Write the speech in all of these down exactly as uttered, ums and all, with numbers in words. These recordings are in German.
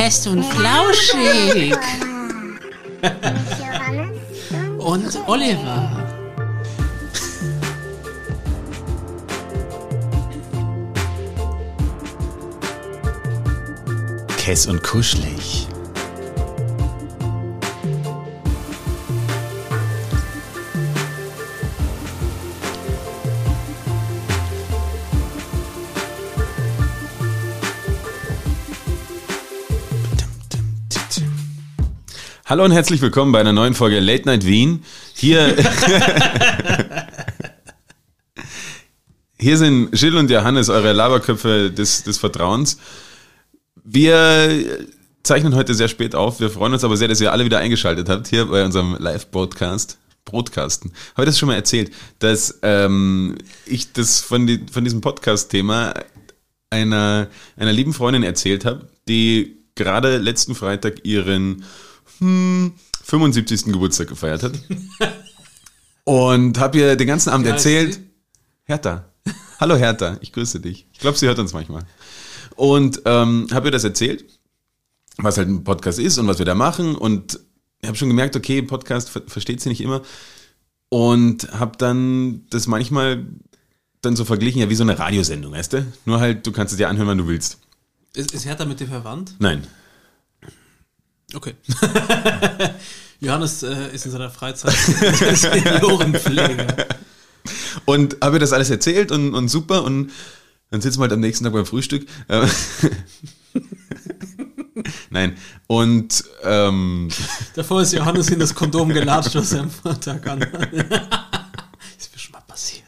Fest und flauschig. Und Oliver. Kess und kuschelig. Hallo und herzlich willkommen bei einer neuen Folge Late Night Wien. Hier, hier sind Gilles und Johannes, eure Laberköpfe des, des Vertrauens. Wir zeichnen heute sehr spät auf. Wir freuen uns aber sehr, dass ihr alle wieder eingeschaltet habt hier bei unserem Live-Broadcast. Broadcasten. Habe ich das schon mal erzählt, dass ähm, ich das von, die, von diesem Podcast-Thema einer, einer lieben Freundin erzählt habe, die gerade letzten Freitag ihren hm, fünfundsiebzigsten Geburtstag gefeiert hat. Und habe ihr den ganzen Abend Ja, erzählt. Hertha. Hallo Hertha, ich grüße dich. Ich glaube, sie hört uns manchmal. Und ähm, habe ihr das erzählt, was halt ein Podcast ist und was wir da machen. Und ich habe schon gemerkt, okay, Podcast ver- versteht sie nicht immer. Und habe dann das manchmal dann so verglichen, ja, wie so eine Radiosendung, weißt du? Nur halt, du kannst es dir anhören, wann du willst. Ist, ist Hertha mit dir verwandt? Nein. Okay. Johannes äh, ist in seiner Freizeit Seniorenpfleger. Und habe ihr das alles erzählt und, und super. Und dann sitzen wir halt am nächsten Tag beim Frühstück. Nein. Und ähm, davor ist Johannes in das Kondom gelatscht, was er am Vortag an. Ist mir schon mal passiert.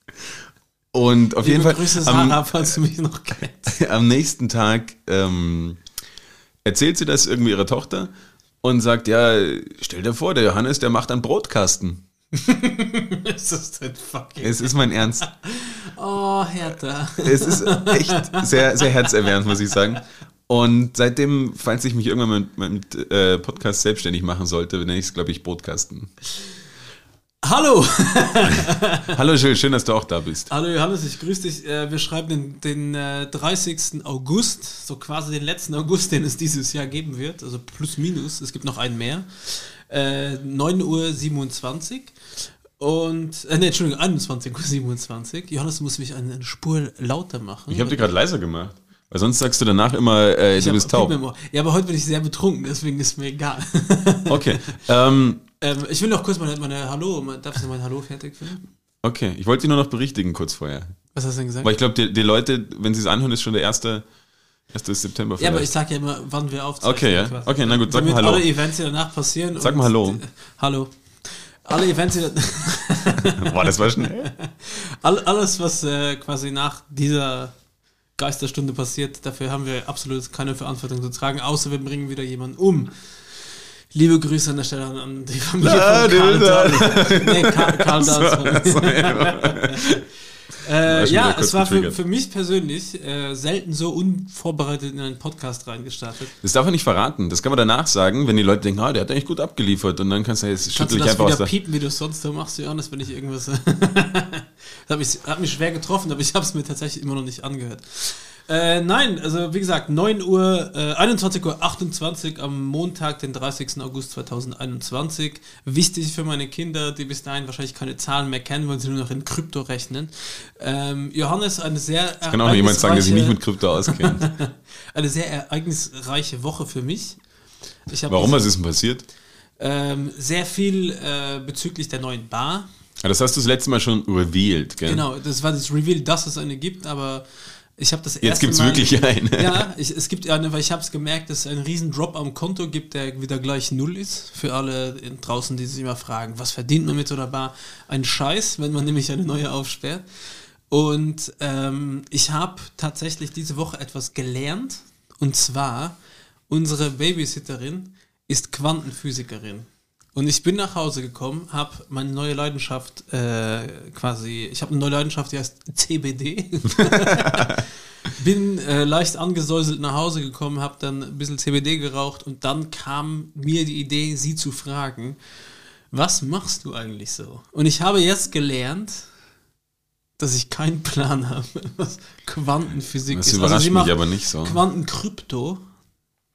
Und auf Liebe jeden Fall Grüße, Sarah, am, falls du mich noch kennst. am nächsten Tag ähm, erzählt sie das irgendwie ihrer Tochter und sagt, ja, stell dir vor, der Johannes, der macht einen Broadcasten. Ist das denn fucking... Es ist mein Ernst. Oh, Hertha. Es ist echt sehr, sehr herzerwärmend, muss ich sagen. Und seitdem, falls ich mich irgendwann mit, mit äh, Podcast selbstständig machen sollte, nenne ich es, glaube ich, Broadcasten. Hallo! Hallo Gilles, schön, dass du auch da bist. Hallo Johannes, ich grüße dich. Wir schreiben den, den dreißigsten August, so quasi den letzten August, den es dieses Jahr geben wird, also plus minus, es gibt noch einen mehr. Äh, neun Uhr siebenundzwanzig und, äh, ne, Entschuldigung, einundzwanzig Uhr siebenundzwanzig. Johannes, du musst mich eine Spur lauter machen. Ich habe dir gerade leiser gemacht, weil sonst sagst du danach immer, äh, ich du bist taub. Ja, aber heute bin ich sehr betrunken, deswegen ist mir egal. Okay, ähm... Ähm, ich will noch kurz meine, meine Hallo, darfst du mein Hallo fertig finden? Okay, ich wollte dich nur noch berichtigen kurz vorher. Was hast du denn gesagt? Weil ich glaube, die, die Leute, wenn sie es anhören, ist schon der erste, erste September vielleicht. Ja, aber ich sag ja immer, wann wir aufzeichnen. Okay, ja. Quasi. Okay, na gut, sag Damit mal Hallo. alle Events, die danach passieren. Sag mal Hallo. Die, hallo. Alle Events, die Boah, das war schnell. All, alles, was äh, quasi nach dieser Geisterstunde passiert, dafür haben wir absolut keine Verantwortung zu tragen, außer wir bringen wieder jemanden um. Liebe Grüße an der Stelle an, an die Familie Na, von Karl Dahl. Nee, Karl, Karl Dahl. So, so, ja. äh, ja, es war für, für mich persönlich äh, selten so unvorbereitet in einen Podcast reingestartet. Das darf er nicht verraten. Das kann man danach sagen, wenn die Leute denken, ah, der hat eigentlich gut abgeliefert. Und dann kannst du jetzt schüttel ich das einfach wieder aus der... piepen, wie du es sonst so machst, Johannes, wenn ich irgendwas... das hat mich, hat mich schwer getroffen, aber ich habe es mir tatsächlich immer noch nicht angehört. Äh, nein, also wie gesagt, neun Uhr, äh, einundzwanzig Uhr achtundzwanzig am Montag, den dreißigsten August zweitausendeinundzwanzig. Wichtig für meine Kinder, die bis dahin wahrscheinlich keine Zahlen mehr kennen, weil sie nur noch in Krypto rechnen. Ähm, Johannes, eine sehr ereignisreiche... Das kann auch noch jemand sagen, der sich nicht mit Krypto auskennt. Eine sehr ereignisreiche Woche für mich. Ich Warum, was ist denn passiert? Ähm, sehr viel äh, bezüglich der neuen Bar. Ja, das hast du das letzte Mal schon revealed, gell? Genau, das war das Reveal, dass es eine gibt, aber... Ich habe das erste Jetzt gibt es Mal, wirklich eine. Ja, ich, es gibt eine, weil ich habe es gemerkt, dass es einen riesen Drop am Konto gibt, der wieder gleich null ist. Für alle draußen, die sich immer fragen, was verdient man mit so einer Bar? Ein Scheiß, wenn man nämlich eine neue aufsperrt. Und ähm, ich habe tatsächlich diese Woche etwas gelernt. Und zwar, unsere Babysitterin ist Quantenphysikerin. Und ich bin nach Hause gekommen, habe meine neue Leidenschaft äh, quasi, ich habe eine neue Leidenschaft, die heißt C B D. Bin äh, leicht angesäuselt nach Hause gekommen, habe dann ein bisschen C B D geraucht und dann kam mir die Idee, sie zu fragen, was machst du eigentlich so? Und ich habe jetzt gelernt, dass ich keinen Plan habe, was Quantenphysik das ist. Das überrascht also sie mich macht aber nicht so. Quantenkrypto.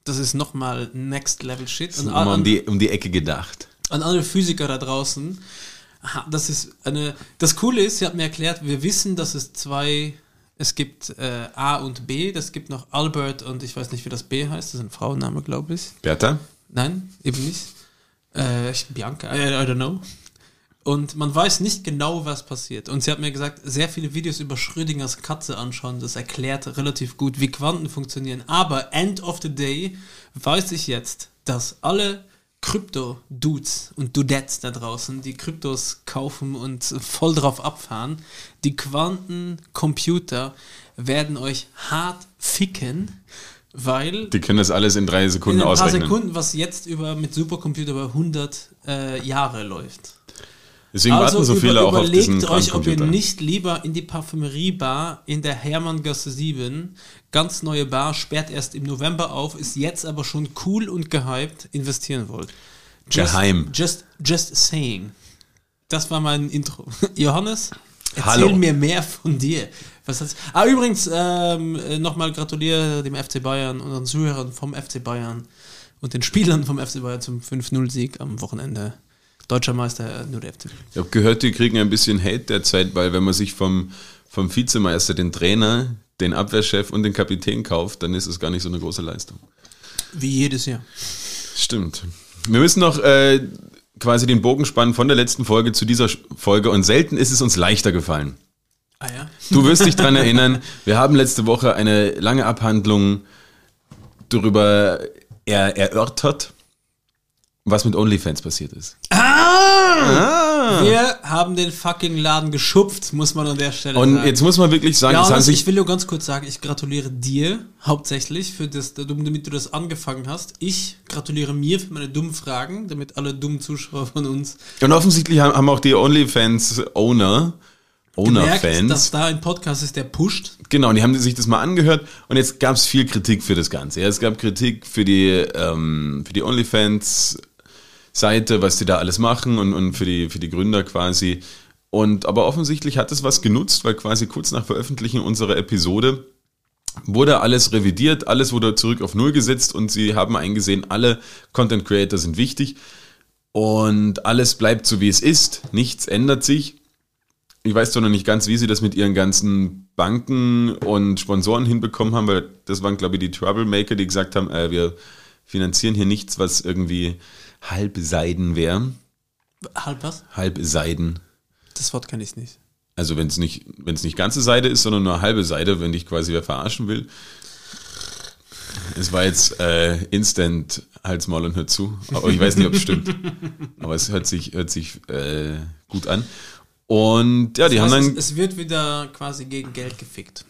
Das ist nochmal Next Level Shit. Das ist nochmal um die, um die Ecke gedacht. An alle Physiker da draußen, das ist eine, das Coole ist, sie hat mir erklärt, wir wissen, dass es zwei, es gibt äh, A und B, das gibt noch Albert und ich weiß nicht, wie das B heißt, das ist ein Frauenname, glaube ich. Bertha? Nein, eben nicht. Äh, Bianca, I, I don't know. Und man weiß nicht genau, was passiert. Und sie hat mir gesagt, sehr viele Videos über Schrödingers Katze anschauen, das erklärt relativ gut, wie Quanten funktionieren. Aber end of the day weiß ich jetzt, dass alle Krypto-Dudes und Dudettes da draußen, die Kryptos kaufen und voll drauf abfahren, die Quantencomputer werden euch hart ficken, weil... Die können das alles in drei Sekunden in ein paar ausrechnen. Sekunden, was jetzt über mit Supercomputer über hundert äh, Jahre läuft. Deswegen also warten so viele über, auch auf diesen Überlegt euch, ob ihr Quantencomputer. nicht lieber in die Parfümeriebar in der Hermanngasse sieben, ganz neue Bar, sperrt erst im November auf, ist jetzt aber schon cool und gehypt, investieren wollt. Just, Geheim. Just, just saying. Das war mein Intro. Johannes, erzähl Hallo. mir mehr von dir. Was hat's? Ah, übrigens, ähm, nochmal gratuliere dem F C Bayern, unseren Zuhörern vom F C Bayern und den Spielern vom F C Bayern zum fünf null Sieg am Wochenende. Deutscher Meister, nur der F C. Ich habe gehört, die kriegen ein bisschen Hate derzeit, weil wenn man sich vom, vom Vizemeister den Trainer, den Abwehrchef und den Kapitän kauft, dann ist es gar nicht so eine große Leistung. Wie jedes Jahr. Stimmt. Wir müssen noch äh, quasi den Bogen spannen von der letzten Folge zu dieser Folge und selten ist es uns leichter gefallen. Ah ja? Du wirst dich dran erinnern, wir haben letzte Woche eine lange Abhandlung darüber er, erörtert, was mit OnlyFans passiert ist. Ah! Wir haben den fucking Laden geschupft, muss man an der Stelle Und sagen. jetzt muss man wirklich sagen, Ja, es haben ich sich will nur ganz kurz sagen, ich gratuliere dir hauptsächlich, für das, damit du das angefangen hast. Ich gratuliere mir für meine dummen Fragen, damit alle dummen Zuschauer von uns und offensichtlich haben haben auch die OnlyFans-Owner, gemerkt, dass Owner-Fans, da ein Podcast ist, der pusht. genau, und die haben sich das mal angehört und jetzt gab es viel Kritik für das Ganze. Ja, es gab Kritik für die, ähm, für die OnlyFans Seite, was die da alles machen und, und für die, für die Gründer quasi. Und aber offensichtlich hat es was genutzt, weil quasi kurz nach Veröffentlichen unserer Episode wurde alles revidiert, alles wurde zurück auf Null gesetzt und sie haben eingesehen, alle Content Creator sind wichtig und alles bleibt so, wie es ist. Nichts ändert sich. Ich weiß zwar noch nicht ganz, wie sie das mit ihren ganzen Banken und Sponsoren hinbekommen haben, weil das waren, glaube ich, die Troublemaker, die gesagt haben, äh, wir finanzieren hier nichts, was irgendwie Halbseiden wäre. Halb was? Halbseiden. Das Wort kann ich nicht. Also wenn es nicht, wenn es nicht ganze Seide ist, sondern nur halbe Seide, wenn dich quasi wer verarschen will. Es war jetzt äh, instant Hals, Maul und hört zu. Aber ich weiß nicht, ob es stimmt. Aber es hört sich, hört sich äh, gut an. Und ja, die Das heißt, haben dann... es, es wird wieder quasi gegen Geld gefickt.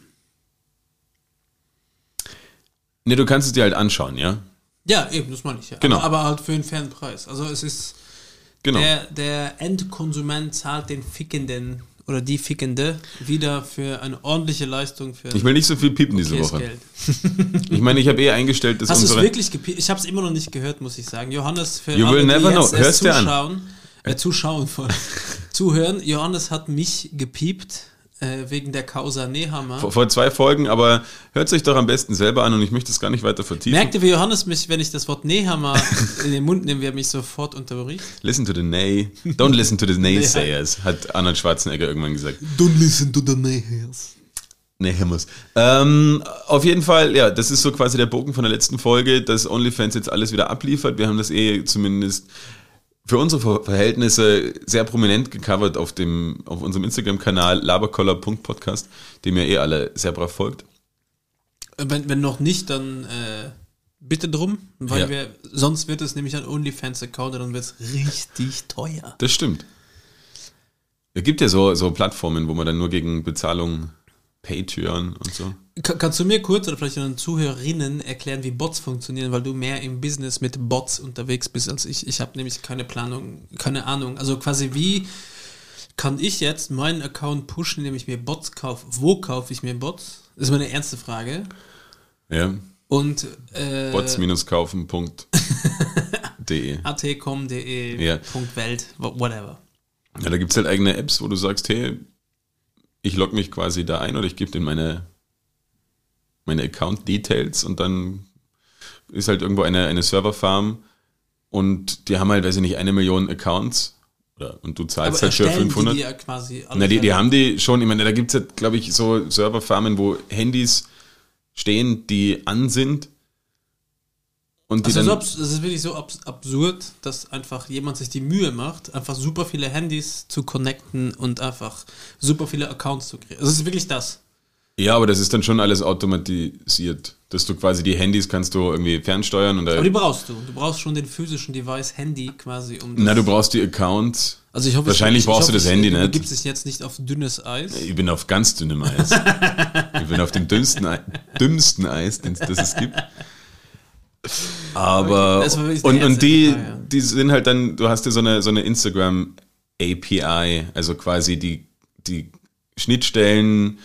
Ne, du kannst es dir halt anschauen, ja? Ja, eben, das meine ich ja. Genau. Aber, aber halt für einen fairen Preis. Also es ist, Genau. der, der Endkonsument zahlt den Fickenden oder die Fickende wieder für eine ordentliche Leistung. Für Ich will nicht so viel piepen diese okayes Woche. Geld. Ich meine, ich habe eh eingestellt, dass Hast du es unsere... wirklich gepiept? Ich habe es immer noch nicht gehört, muss ich sagen. Johannes, für You will alle, never die jetzt know. Hörst erst dir an. zuschauen, äh, zuschauen voll. zuhören, Johannes hat mich gepiept äh, wegen der Causa Nehammer. Vor, vor zwei Folgen, aber hört euch doch am besten selber an und ich möchte es gar nicht weiter vertiefen. Merkt ihr, wie Johannes mich, wenn ich das Wort Nehammer in den Mund nehme, wie er mich sofort unterbricht? Listen to the nay, don't listen to the naysayers, hat Arnold Schwarzenegger irgendwann gesagt. Don't listen to the naysayers. Nee, muss. Ähm, auf jeden Fall, ja, das ist so quasi der Bogen von der letzten Folge, dass OnlyFans jetzt alles wieder abliefert. Wir haben das eh zumindest für unsere Verhältnisse sehr prominent gecovert auf dem auf unserem Instagram-Kanal laberkoller punkt podcast, dem ihr eh alle sehr brav folgt. Wenn, wenn noch nicht, dann äh, bitte drum, weil Ja. wir, sonst wird es nämlich ein OnlyFans-Account und dann wird es richtig teuer. Das stimmt. Es gibt ja so, so Plattformen, wo man dann nur gegen Bezahlung Patreon und so. Ka- kannst du mir kurz oder vielleicht den Zuhörerinnen erklären, wie Bots funktionieren, weil du mehr im Business mit Bots unterwegs bist als ich. Ich habe nämlich keine Planung, keine Ahnung. Also quasi wie kann ich jetzt meinen Account pushen, indem ich mir Bots kaufe? Wo kaufe ich mir Bots? Das ist meine ernste Frage. Ja. Und äh, bots kaufen punkt de. at punkt com punkt de, Ja. Punkt Welt, whatever. Ja, da gibt es halt eigene Apps, wo du sagst, hey, ich logge mich quasi da ein oder ich gebe dir meine, meine Account-Details und dann ist halt irgendwo eine, eine Serverfarm und die haben halt, weiß ich nicht, eine Million Accounts oder, und du zahlst Aber halt für fünfhundert. Die, die ja quasi Na, die, die haben die schon, ich meine, da gibt es halt, glaube ich, so Serverfarmen, wo Handys stehen, die an sind. Und die also dann, so, es ist wirklich so abs- absurd, dass einfach jemand sich die Mühe macht, einfach super viele Handys zu connecten und einfach super viele Accounts zu kreieren. Also es ist wirklich das. ja, aber das ist dann schon alles automatisiert, dass du quasi die Handys kannst du irgendwie fernsteuern. Und Aber die brauchst du. Du brauchst schon den physischen Device Handy quasi, um das. na, du brauchst die Accounts. Also ich hoffe, Wahrschlich ich, brauchst ich du hoffe, das Handy du nicht. begibst dich jetzt nicht auf dünnes Eis. Ich bin auf ganz dünnem Eis. Ich bin auf dem dünnsten, Ei- dümmsten Eis, den- das es gibt. Aber, Okay, das war wirklich und, eine und die, ernste Frage, ja. die sind halt dann, du hast ja so eine, so eine Instagram-A P I, also quasi die, die Schnittstellen,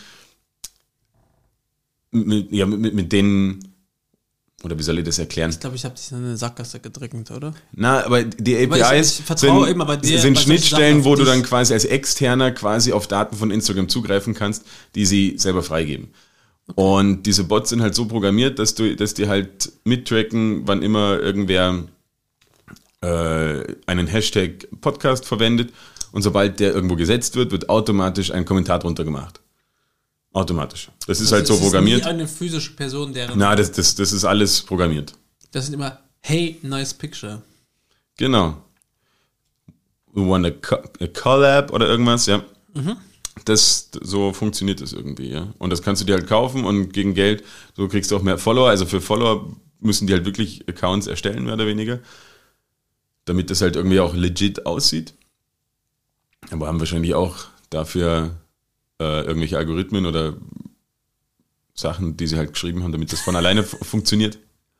mit, ja, mit, mit denen, oder wie soll ich das erklären? Ich glaube, ich habe dich in eine Sackgasse gedrückt, oder? Na, aber die Aber ich- A P Is ich vertraue sind, immer bei dir, sind bei solchen Schnittstellen, Sachen auf wo du dich. dann quasi als Externer quasi auf Daten von Instagram zugreifen kannst, die sie selber freigeben. Und diese Bots sind halt so programmiert, dass du, dass die halt mittracken, wann immer irgendwer äh, einen Hashtag Podcast verwendet und sobald der irgendwo gesetzt wird, wird automatisch ein Kommentar drunter gemacht. Automatisch. Das ist halt so Also es programmiert. Ist nie eine physische Person, deren. Na, das, das, das ist alles programmiert. Das sind immer, hey, nice picture. Genau. We want a, co- a collab oder irgendwas, ja. Das, so funktioniert das irgendwie, ja. Und das kannst du dir halt kaufen und gegen Geld, so kriegst du auch mehr Follower. Also für Follower müssen die halt wirklich Accounts erstellen, mehr oder weniger. Damit das halt irgendwie auch legit aussieht. Aber haben wahrscheinlich auch dafür äh, irgendwelche Algorithmen oder Sachen, die sie halt geschrieben haben, damit das von alleine f- funktioniert.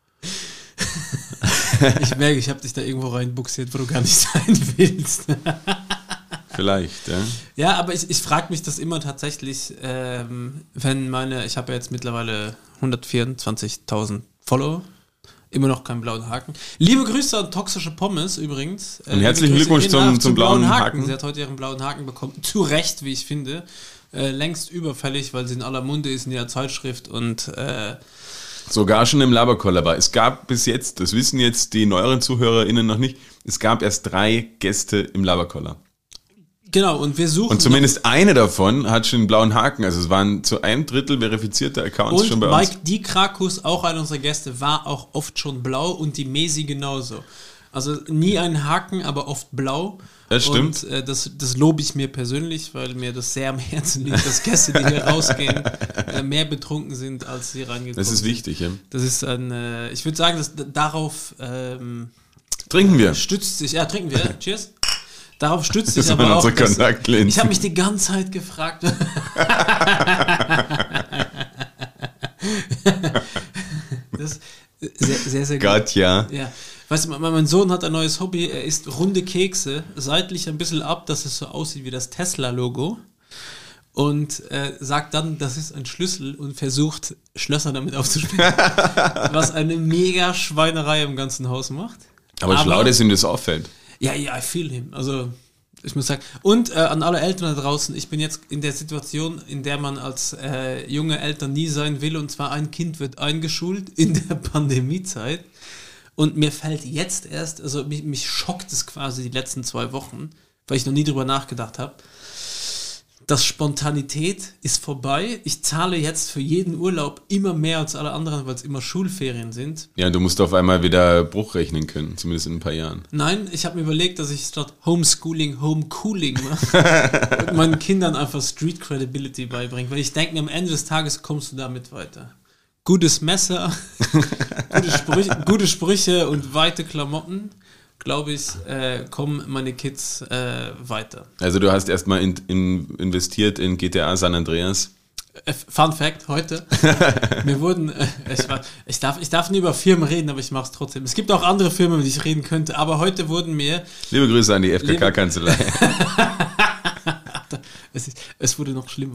Ich merke, ich habe dich da irgendwo reinbuxiert, wo du gar nicht sein willst. Vielleicht, ja. Ja, aber ich, ich frage mich das immer tatsächlich, ähm, wenn meine, ich habe ja jetzt mittlerweile hundertvierundzwanzigtausend Follower, immer noch keinen blauen Haken. Liebe Grüße an Toxische Pommes übrigens. Äh, Und herzlichen liebe Grüße Glückwunsch gehen zum- nach zum blauen Haken. Sie hat heute ihren blauen Haken bekommen. Zu Recht, wie ich finde. Äh, längst überfällig, weil sie in aller Munde ist in ihrer Zeitschrift und äh, Sogar schon im Laberkoller war. Es gab bis jetzt, das wissen jetzt die neueren ZuhörerInnen noch nicht, es gab erst drei Gäste im Laberkoller. genau, und wir suchen. Und zumindest eine davon hat schon einen blauen Haken. Also es waren zu einem Drittel verifizierte Accounts Und schon bei Mike uns. D. Krakus, auch einer unserer Gäste, war auch oft schon blau und die Mesi genauso. Also nie ein Haken, aber oft blau. Das stimmt. Und äh, das, das lobe ich mir persönlich, weil mir das sehr am Herzen liegt, dass Gäste, die hier rausgehen, äh, mehr betrunken sind, als sie reingekommen Das ist sind. wichtig, ja. Das ist ein, äh, ich würde sagen, dass d- darauf ähm, Trinken wir. stützt sich, ja, trinken wir, cheers. Darauf stützt Das sich waren aber auch, unsere dass, Kontaktlinsen. ich habe mich die ganze Zeit gefragt, das ist sehr, sehr, sehr gut. Gott, ja. Ja, weißt du, mein, mein Sohn hat ein neues Hobby, er isst runde Kekse, seitlich ein bisschen ab, dass es so aussieht wie das Tesla-Logo und äh, sagt dann, das ist ein Schlüssel und versucht, Schlösser damit aufzuspielen, was eine mega Schweinerei im ganzen Haus macht. Aber, schlau, dass ihm das auffällt. Ja, ja, I feel him. Also, ich muss sagen. Und äh, an alle Eltern da draußen, ich bin jetzt in der Situation, in der man als äh, junge Eltern nie sein will, und zwar ein Kind wird eingeschult in der Pandemiezeit. Und mir fällt jetzt erst, also mich, mich schockt es quasi die letzten zwei Wochen, weil ich noch nie drüber nachgedacht habe. Das Spontanität ist vorbei. Ich zahle jetzt für jeden Urlaub immer mehr als alle anderen, weil es immer Schulferien sind. Ja, du musst auf einmal wieder Bruch rechnen können, zumindest in ein paar Jahren. Nein, ich habe mir überlegt, dass ich statt Homeschooling Homecooling mache und meinen Kindern einfach Street Credibility beibringe, weil ich denke mir, am Ende des Tages kommst du damit weiter. Gutes Messer, gute, Sprüche, gute Sprüche und weite Klamotten, glaube ich, äh, kommen meine Kids äh, weiter. Also du hast erstmal in, in, investiert in G T A San Andreas. Äh, Fun Fact, heute. Mir wurden, äh, ich, war, ich, darf, ich darf nie über Firmen reden, aber ich mache es trotzdem. Es gibt auch andere Firmen, über die ich reden könnte, aber heute wurden mir... Liebe Grüße an die F K K-Kanzlei. Es, ist, es wurde noch schlimmer.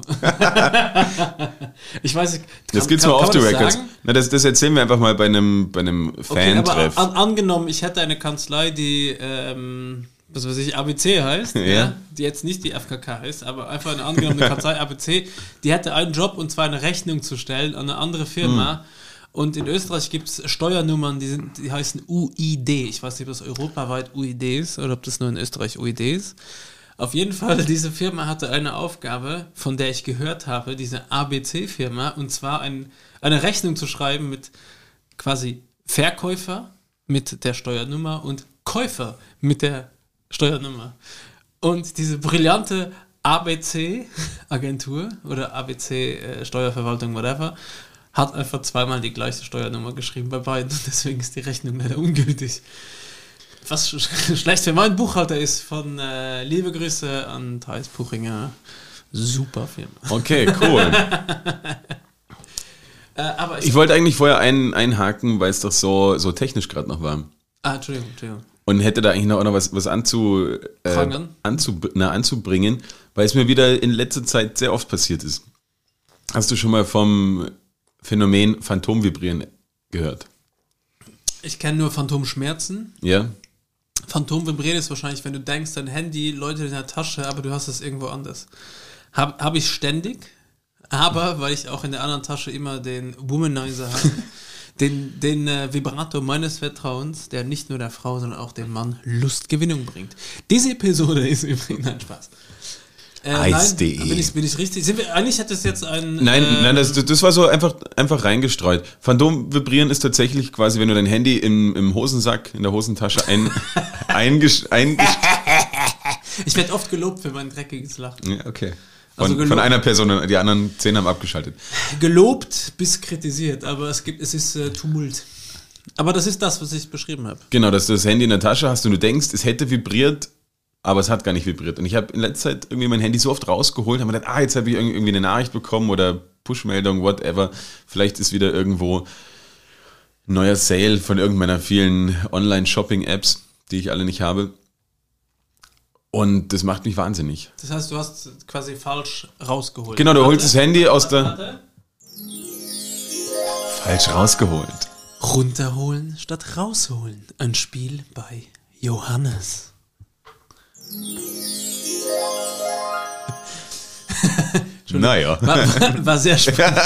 Ich weiß nicht. Das gibt's mal off the records. Na, das, das erzählen wir einfach mal bei einem, bei einem Okay, aber Fan-Treff. an, angenommen, ich hätte eine Kanzlei, die, ähm, was weiß ich, A B C heißt, Ja. ja, die jetzt nicht die F K K heißt, aber einfach eine angenommene Kanzlei A B C, die hätte einen Job, und zwar eine Rechnung zu stellen an eine andere Firma. Und in Österreich gibt es Steuernummern, die, sind, die heißen U I D. Ich weiß nicht, ob das europaweit U I D ist oder ob das nur in Österreich U I D ist. Auf jeden Fall, diese Firma hatte eine Aufgabe, von der ich gehört habe, diese A B C-Firma, und zwar ein, eine Rechnung zu schreiben mit quasi Verkäufer mit der Steuernummer und Käufer mit der Steuernummer. Und diese brillante A B C-Agentur oder A B C-Steuerverwaltung, whatever, hat einfach zweimal die gleiche Steuernummer geschrieben bei beiden. Und deswegen ist die Rechnung leider ungültig. Was sch- schlecht für meinen Buchhalter ist, von äh, liebe Grüße an Thais Puchinger. Super Firma. Okay, cool. äh, aber ich Ich wollte eigentlich vorher ein, einhaken, weil es doch so, so technisch gerade noch war. Ah, Entschuldigung, Entschuldigung. Und hätte da eigentlich noch, noch was, was anzu, äh, Prangern? anzub, na, anzubringen, weil es mir wieder in letzter Zeit sehr oft passiert ist. Hast du schon mal vom Phänomen Phantomvibrieren gehört? Ich kenne nur Phantomschmerzen. Ja? Phantomvibrieren ist wahrscheinlich, wenn du denkst, dein Handy läutet in der Tasche, aber du hast es irgendwo anders. Habe hab ich ständig, aber weil ich auch in der anderen Tasche immer den Womanizer habe, den, den äh, Vibrator meines Vertrauens, der nicht nur der Frau, sondern auch dem Mann Lustgewinnung bringt. Diese Episode ist übrigens, nein, Spaß. Äh, Eis nein, punkt de. bin ich, bin ich richtig? Sind wir, eigentlich hat das jetzt ein... Nein, ähm, nein, das, das war so einfach, einfach reingestreut. Phantomvibrieren ist tatsächlich quasi, wenn du dein Handy im, im Hosensack, in der Hosentasche ein, eingesch, eingesch, Ich werde oft gelobt für mein dreckiges Lachen. ja, okay. Von, Also gelobt. von einer Person, die anderen zehn haben abgeschaltet. Gelobt bis kritisiert, aber es gibt, es ist äh, Tumult. Aber das ist das, was ich beschrieben habe. Genau, dass du das Handy in der Tasche hast und du denkst, es hätte vibriert, aber es hat gar nicht vibriert. Und ich habe in letzter Zeit irgendwie mein Handy so oft rausgeholt, habe mir gedacht, ah, jetzt habe ich irgendwie eine Nachricht bekommen oder Push-Meldung, whatever. Vielleicht ist wieder irgendwo ein neuer Sale von irgendeiner vielen Online-Shopping-Apps, die ich alle nicht habe. Und das macht mich wahnsinnig. Das heißt, du hast quasi falsch rausgeholt. Genau, du Warte, holst das Handy aus der... warte. Falsch rausgeholt. Runterholen statt rausholen. Ein Spiel bei Johannes. Naja. War, war sehr spannend.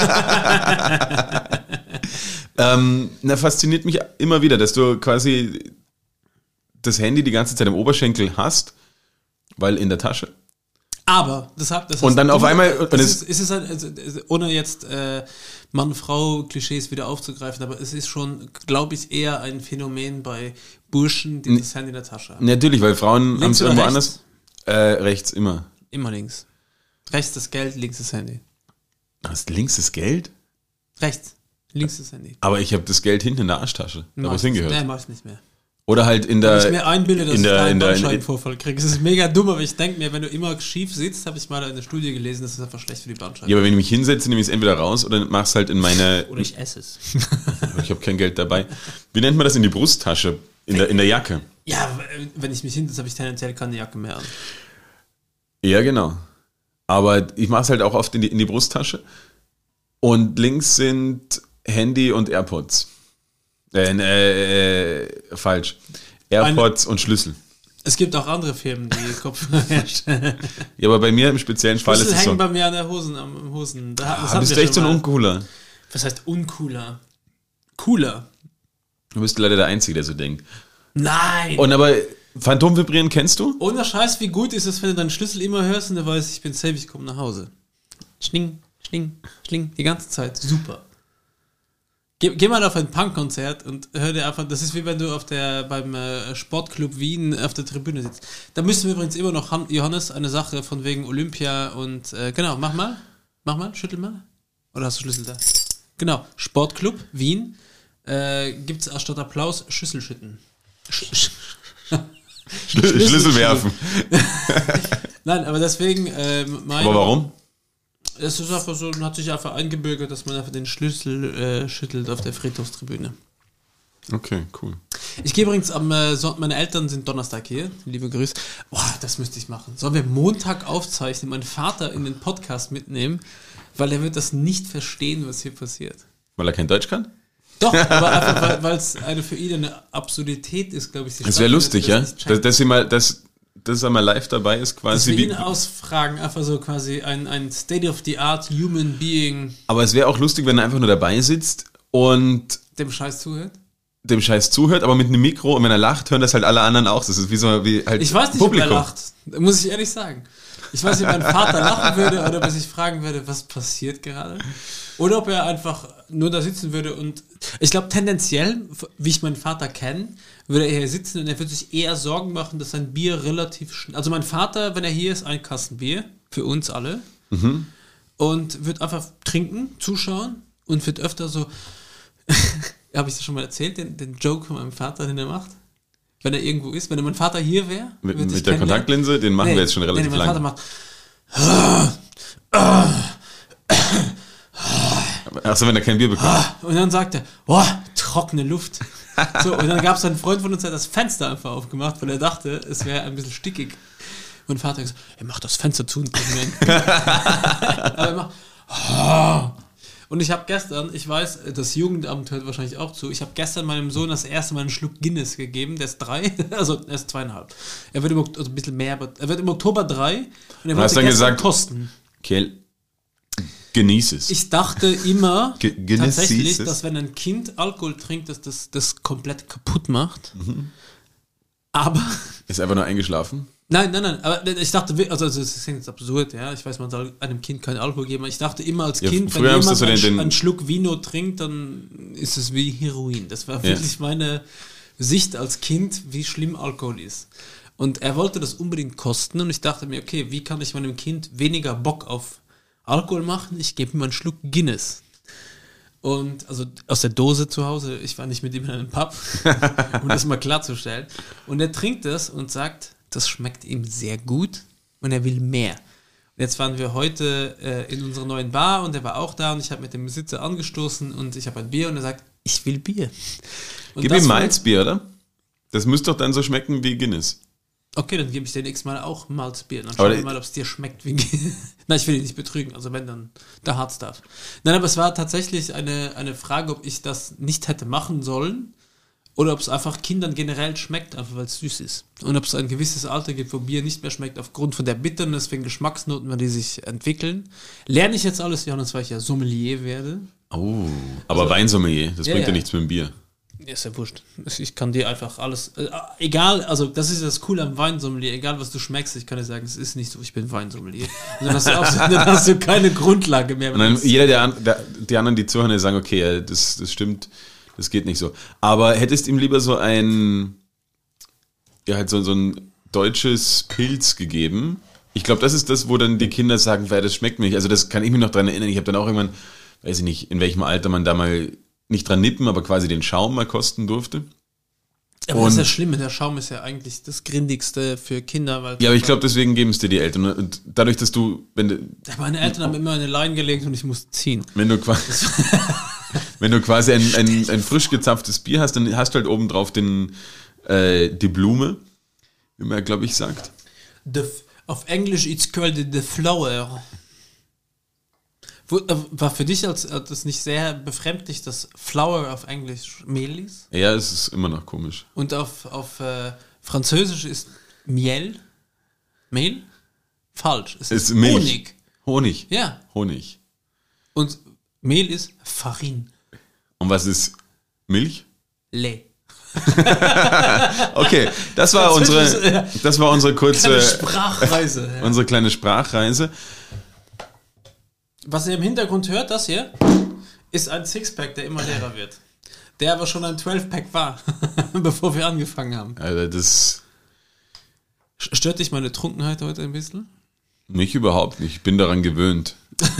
ähm, na, fasziniert mich immer wieder, dass du quasi das Handy die ganze Zeit im Oberschenkel hast, weil in der Tasche. Aber, das hat, das Und hast dann du, auf einmal- und das es- ist, ist es ein, also, ohne jetzt äh, Mann-Frau-Klischees wieder aufzugreifen, aber es ist schon, glaube ich, eher ein Phänomen bei Burschen, die das Handy in der Tasche haben. Natürlich, weil Frauen haben Links es oder irgendwo rechts? anders. Äh, rechts, immer. Immer links. Rechts das Geld, links das Handy. Hast links das Geld? Rechts, links das Handy. Aber ich habe das Geld hinten in der Arschtasche, da wo es hingehört. Nee, mach ich nicht mehr. Oder halt in Wenn ich der... mir einbilde, dass in der- ich da einen in der- in- Bandscheibenvorfall kriege. Es ist mega dumm, aber ich denke mir, wenn du immer schief sitzt, habe ich mal in der Studie gelesen, das ist einfach schlecht für die Bandscheibe. Ja, aber wenn ich mich hinsetze, nehme ich es entweder raus oder mach's halt in meine... Oder ich esse es. Ich habe kein Geld dabei. Wie nennt man das in die Brusttasche? In der, in der Jacke? Ja, wenn ich mich hinsetze, habe ich tendenziell keine Jacke mehr an. Ja, genau. Aber ich mache es halt auch oft in die, in die Brusttasche. Und links sind Handy und AirPods. Äh, äh, äh falsch. AirPods und Schlüssel. Es gibt auch andere Firmen, die Kopfhörer herstellen. Ja, aber bei mir im speziellen Fall Schlüssel ist es so. hängen bei mir an der Hosen, am Hosen. Da, das Ah, hatten bist wir du echt so schon ein mal. Uncooler? Was heißt uncooler? Cooler. Du bist leider der Einzige, der so denkt. Nein! Und aber Phantomvibrieren kennst du? Ohne Scheiß, wie gut ist es, wenn du deinen Schlüssel immer hörst und du weißt, ich bin safe, ich komme nach Hause. Schling, schling, schling, die ganze Zeit. Super. Geh, geh mal auf ein Punkkonzert und hör dir einfach, das ist wie wenn du auf der, beim äh, Sportclub Wien auf der Tribüne sitzt. Da müssen wir übrigens immer noch, Han- Johannes, eine Sache von wegen Olympia und, äh, genau, mach mal, mach mal, schüttel mal. Oder hast du Schlüssel da? Genau, Sportclub Wien, äh, gibt's anstatt Applaus Schüsselschütten. Sch- sch- Schlüssel, Schlüssel werfen. Nein, aber deswegen, äh, mein, Aber warum? Es ist einfach so, man hat sich einfach eingebürgert, dass man einfach den Schlüssel äh, schüttelt auf der Friedhofstribüne. Okay, cool. Ich gehe übrigens am äh, Sonntag, meine Eltern sind Donnerstag hier, liebe Grüße. Boah, das müsste ich machen. Sollen wir Montag aufzeichnen, meinen Vater in den Podcast mitnehmen, weil er wird das nicht verstehen, was hier passiert. Weil er kein Deutsch kann? Doch, aber einfach, weil es eine für ihn eine Absurdität ist, glaube ich. die Das wäre stattfindet, lustig, dass ja? er das nicht Dass, checkt. dass, sie mal, dass, dass er mal live dabei ist, Dass quasi wir wie. ihn ausfragen, einfach so quasi ein, ein State-of-the-art Human Being. Aber es wäre auch lustig, wenn er einfach nur dabei sitzt und Dem Scheiß zuhört? dem Scheiß zuhört, aber mit einem Mikro und wenn er lacht, hören das halt alle anderen auch. Das ist wie so wie halt Ich weiß nicht, Publikum. Ob er lacht, muss ich ehrlich sagen. Ich weiß nicht, ob mein Vater lachen würde oder ob er sich fragen würde, was passiert gerade. Oder ob er einfach nur da sitzen würde und ich glaube tendenziell, wie ich meinen Vater kenne, würde er hier sitzen und er würde sich eher Sorgen machen, dass sein Bier relativ schnell... Also mein Vater, wenn er hier ist, ein Kasten Bier, für uns alle, mhm. und wird einfach trinken, zuschauen und wird öfter so... Habe ich das schon mal erzählt, den, den Joke von meinem Vater, den er macht? Wenn er irgendwo ist, wenn mein Vater hier wäre. Mit, mit der Kontaktlinse, den machen nee, wir jetzt schon relativ nee, mein lang. Mein Vater macht. Achso, wenn er kein Bier bekommt. Und dann sagt er, oh, trockene Luft. So, und dann gab es einen Freund von uns, der hat das Fenster einfach aufgemacht, weil er dachte, es wäre ein bisschen stickig. Mein Vater hat gesagt, er macht das Fenster zu und aber er macht, oh. Und ich habe gestern, ich weiß, das Jugendamt hört wahrscheinlich auch zu, ich habe gestern meinem Sohn das erste Mal einen Schluck Guinness gegeben, der ist drei, also er ist zweieinhalb. Er wird im, also ein bisschen mehr, aber er wird im Oktober drei und er wird dann gesagt, kosten. Okay, genieß es. Ich dachte immer Ge- tatsächlich, es. dass wenn ein Kind Alkohol trinkt, dass das das komplett kaputt macht. Mhm. Aber... Ist einfach nur eingeschlafen? Nein, nein, nein, aber ich dachte, also das ist jetzt absurd, ja, ich weiß, man soll einem Kind keinen Alkohol geben, aber ich dachte immer als ja, Kind, wenn jemand einen, den, einen Schluck Vino trinkt, dann ist es wie Heroin. Das war wirklich ja. meine Sicht als Kind, wie schlimm Alkohol ist. Und er wollte das unbedingt kosten und ich dachte mir, okay, wie kann ich meinem Kind weniger Bock auf Alkohol machen? Ich gebe ihm einen Schluck Guinness. Und also aus der Dose zu Hause, ich war nicht mit ihm in einem Pub, um das mal klarzustellen. Und er trinkt das und sagt, das schmeckt ihm sehr gut und er will mehr. Und jetzt waren wir heute äh, in unserer neuen Bar und er war auch da und ich habe mit dem Besitzer angestoßen und ich habe ein Bier und er sagt, ich will Bier. Und Gib ihm Malzbier, oder? Das müsste doch dann so schmecken wie Guinness. Okay, dann gebe ich dir nächstes Mal auch Malzbier. Dann schauen wir mal, ob es dir schmeckt wie Guinness. Nein, ich will dich nicht betrügen, also wenn, dann der Hard Stuff. Nein, aber es war tatsächlich eine, eine Frage, ob ich das nicht hätte machen sollen. Oder ob es einfach Kindern generell schmeckt, einfach weil es süß ist. Und ob es ein gewisses Alter gibt, wo Bier nicht mehr schmeckt, aufgrund von der Bitterness, wegen Geschmacksnoten, wenn die sich entwickeln. Lerne ich jetzt alles, Johannes, weil ich ja Sommelier werde. Oh, aber also, Weinsommelier, das ja, bringt ja, ja nichts mit dem Bier. Ja, ist ja wurscht. Ich kann dir einfach alles, äh, egal, also das ist das Coole am Weinsommelier, egal was du schmeckst, ich kann dir sagen, es ist nicht so, ich bin Weinsommelier. Und dann hast du, auch, dann hast du keine Grundlage mehr. Und dann jeder, der, der, die anderen, die zuhören, die sagen, okay, das, das stimmt. Das geht nicht so. Aber hättest ihm lieber so ein, ja, halt so, so ein deutsches Pilz gegeben? Ich glaube, das ist das, wo dann die Kinder sagen, wer das schmeckt mir nicht. Also das kann ich mich noch dran erinnern. Ich habe dann auch irgendwann, weiß ich nicht, in welchem Alter man da mal nicht dran nippen, aber quasi den Schaum mal kosten durfte. Aber und das ist ja schlimm, der Schaum ist ja eigentlich das Grindigste für Kinder. Weil ja, aber ich glaube, deswegen geben es dir die Eltern. Und dadurch, dass du, wenn du... Meine Eltern haben immer eine Line gelegt und ich musste ziehen. Wenn du quasi... Wenn du quasi ein, ein, ein frisch gezapftes Bier hast, dann hast du halt oben drauf den, äh, die Blume, wie man, glaube ich, sagt. The, auf Englisch it's called the flower. Wo, äh, war für dich als, als das nicht sehr befremdlich, dass Flower auf Englisch Mehl ist? Ja, es ist immer noch komisch. Und auf, auf äh, Französisch ist Miel? Mehl? Falsch. Es ist, ist Milch. Honig. Honig? Ja. Honig. Und Mehl ist Farine. Und was ist Milch? Lait. Okay, das war unsere, das war unsere kurze kleine Sprachreise. Ja. Unsere kleine Sprachreise. Was ihr im Hintergrund hört, das hier, ist ein Sixpack, der immer leerer wird. Der aber schon ein zwölf-Pack war, bevor wir angefangen haben. Alter, das... Stört dich meine Trunkenheit heute ein bisschen? Mich überhaupt nicht, ich bin daran gewöhnt.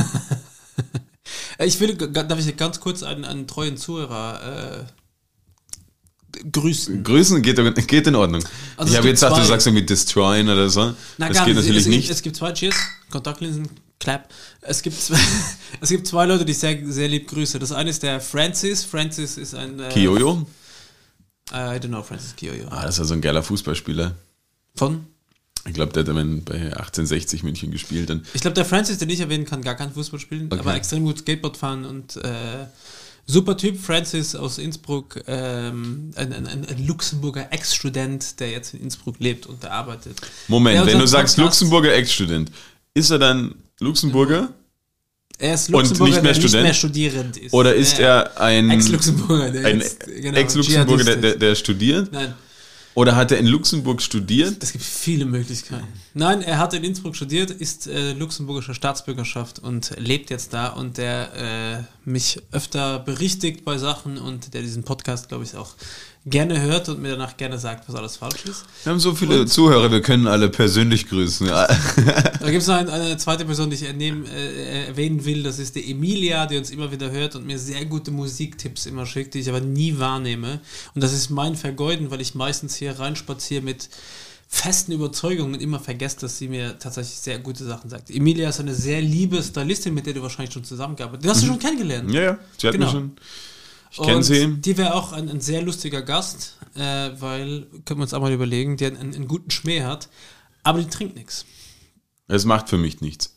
Ich will, darf ich ganz kurz einen, einen treuen Zuhörer äh, grüßen? Grüßen geht, geht in Ordnung. Also ich habe jetzt gesagt, du sagst irgendwie destroyen oder so. Na, das geht nicht. natürlich es, nicht. Es gibt zwei, Cheers, Kontaktlinsen, Clap. Es gibt zwei, es gibt zwei Leute, die ich sehr, sehr lieb grüße. Das eine ist der Francis. Francis ist ein... Äh, Kiyoyo? I don't know, Francis Kiyoyo. Ah, das ist also ein geiler Fußballspieler. Von? Ich glaube, der hat dann bei achtzehnhundertsechzig München gespielt. Dann. Ich glaube, der Francis, den ich erwähnen kann, gar kein Fußball spielen, okay. aber extrem gut Skateboard fahren und äh, super Typ. Francis aus Innsbruck, ähm, ein, ein, ein Luxemburger Ex-Student, der jetzt in Innsbruck lebt und da arbeitet. Moment, wenn du sagst Luxemburger Ex-Student, ist er dann Luxemburger? Er ist Luxemburger, nicht mehr der Student? nicht mehr studierend ist. Oder ist äh, er ein Ex-Luxemburger, der, ein jetzt, genau, Ex-Luxemburger der, der, der studiert? Nein. Oder hat er in Luxemburg studiert? Es gibt viele Möglichkeiten. Nein, er hat in Innsbruck studiert, ist äh, luxemburgischer Staatsbürgerschaft und lebt jetzt da und der äh, mich öfter berichtigt bei Sachen und der diesen Podcast, glaube ich, auch gerne hört und mir danach gerne sagt, was alles falsch ist. Wir haben so viele und, Zuhörer, wir können alle persönlich grüßen. Ja. Da gibt es noch ein, eine zweite Person, die ich ernehmen, äh, erwähnen will, das ist die Emilia, die uns immer wieder hört und mir sehr gute Musiktipps immer schickt, die ich aber nie wahrnehme. Und das ist mein Vergeuden, weil ich meistens hier reinspaziere mit festen Überzeugungen und immer vergesse, dass sie mir tatsächlich sehr gute Sachen sagt. Emilia ist eine sehr liebe Stylistin, mit der du wahrscheinlich schon zusammengearbeitet hast. Die hast du schon kennengelernt. Ja, ja, sie hat genau. mich schon... Ich kenne sie. Die wäre auch ein, ein sehr lustiger Gast, äh, weil, können wir uns auch mal überlegen, die einen, einen guten Schmäh hat, aber die trinkt nichts. Es macht für mich nichts.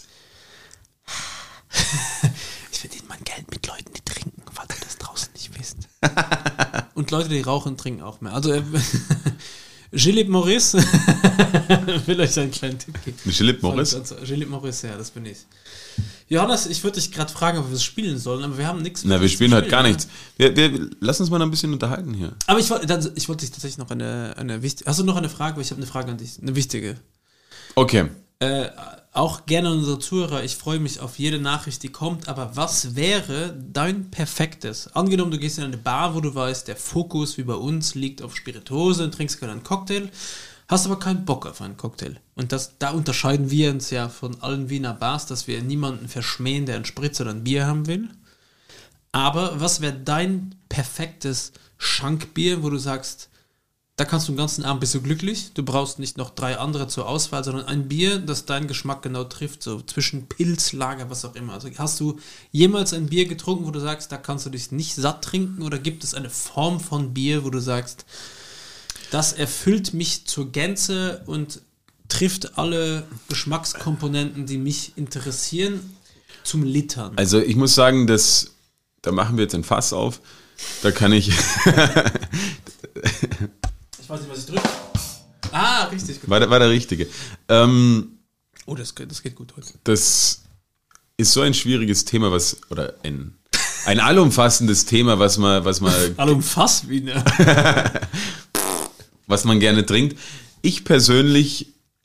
Ich verdiene mein Geld mit Leuten, die trinken, falls ihr das draußen nicht wisst. Und Leute, die rauchen, trinken auch mehr. Also, äh, Gilles Maurice will euch einen kleinen Tipp geben. Gilles Maurice? Gilles Maurice, ja, das bin ich. Johannes, ich würde dich gerade fragen, ob wir es spielen sollen, aber wir haben nichts. Na, wir spielen heute gar nichts. Wir, wir, lass uns mal noch ein bisschen unterhalten hier. Aber ich, dann, ich wollte dich tatsächlich noch eine, eine wichtige... Hast du noch eine Frage? Ich habe eine Frage an dich, eine wichtige. Okay. Äh, auch gerne unsere Zuhörer, ich freue mich auf jede Nachricht, die kommt, aber was wäre dein perfektes? Angenommen, du gehst in eine Bar, wo du weißt, der Fokus, wie bei uns, liegt auf Spirituose und trinkst gerne einen Cocktail, hast aber keinen Bock auf einen Cocktail. Und das, da unterscheiden wir uns ja von allen Wiener Bars, dass wir niemanden verschmähen, der einen Spritz oder ein Bier haben will. Aber was wäre dein perfektes Schankbier, wo du sagst, da kannst du den ganzen Abend, bist du glücklich, du brauchst nicht noch drei andere zur Auswahl, sondern ein Bier, das deinen Geschmack genau trifft, so zwischen Pilz, Lager, was auch immer. Also hast du jemals ein Bier getrunken, wo du sagst, da kannst du dich nicht satt trinken, oder gibt es eine Form von Bier, wo du sagst, das erfüllt mich zur Gänze und trifft alle Geschmackskomponenten, die mich interessieren, zum Littern? Also ich muss sagen, dass, da machen wir jetzt ein Fass auf, da kann ich... Ich weiß nicht, was ich drücke. Ah, richtig. War der, war der Richtige. Ähm, oh, das, das geht gut heute. Das ist so ein schwieriges Thema, was, oder ein, ein allumfassendes Thema, was man, was man, allumfass wie ne? was man gerne trinkt. Ich persönlich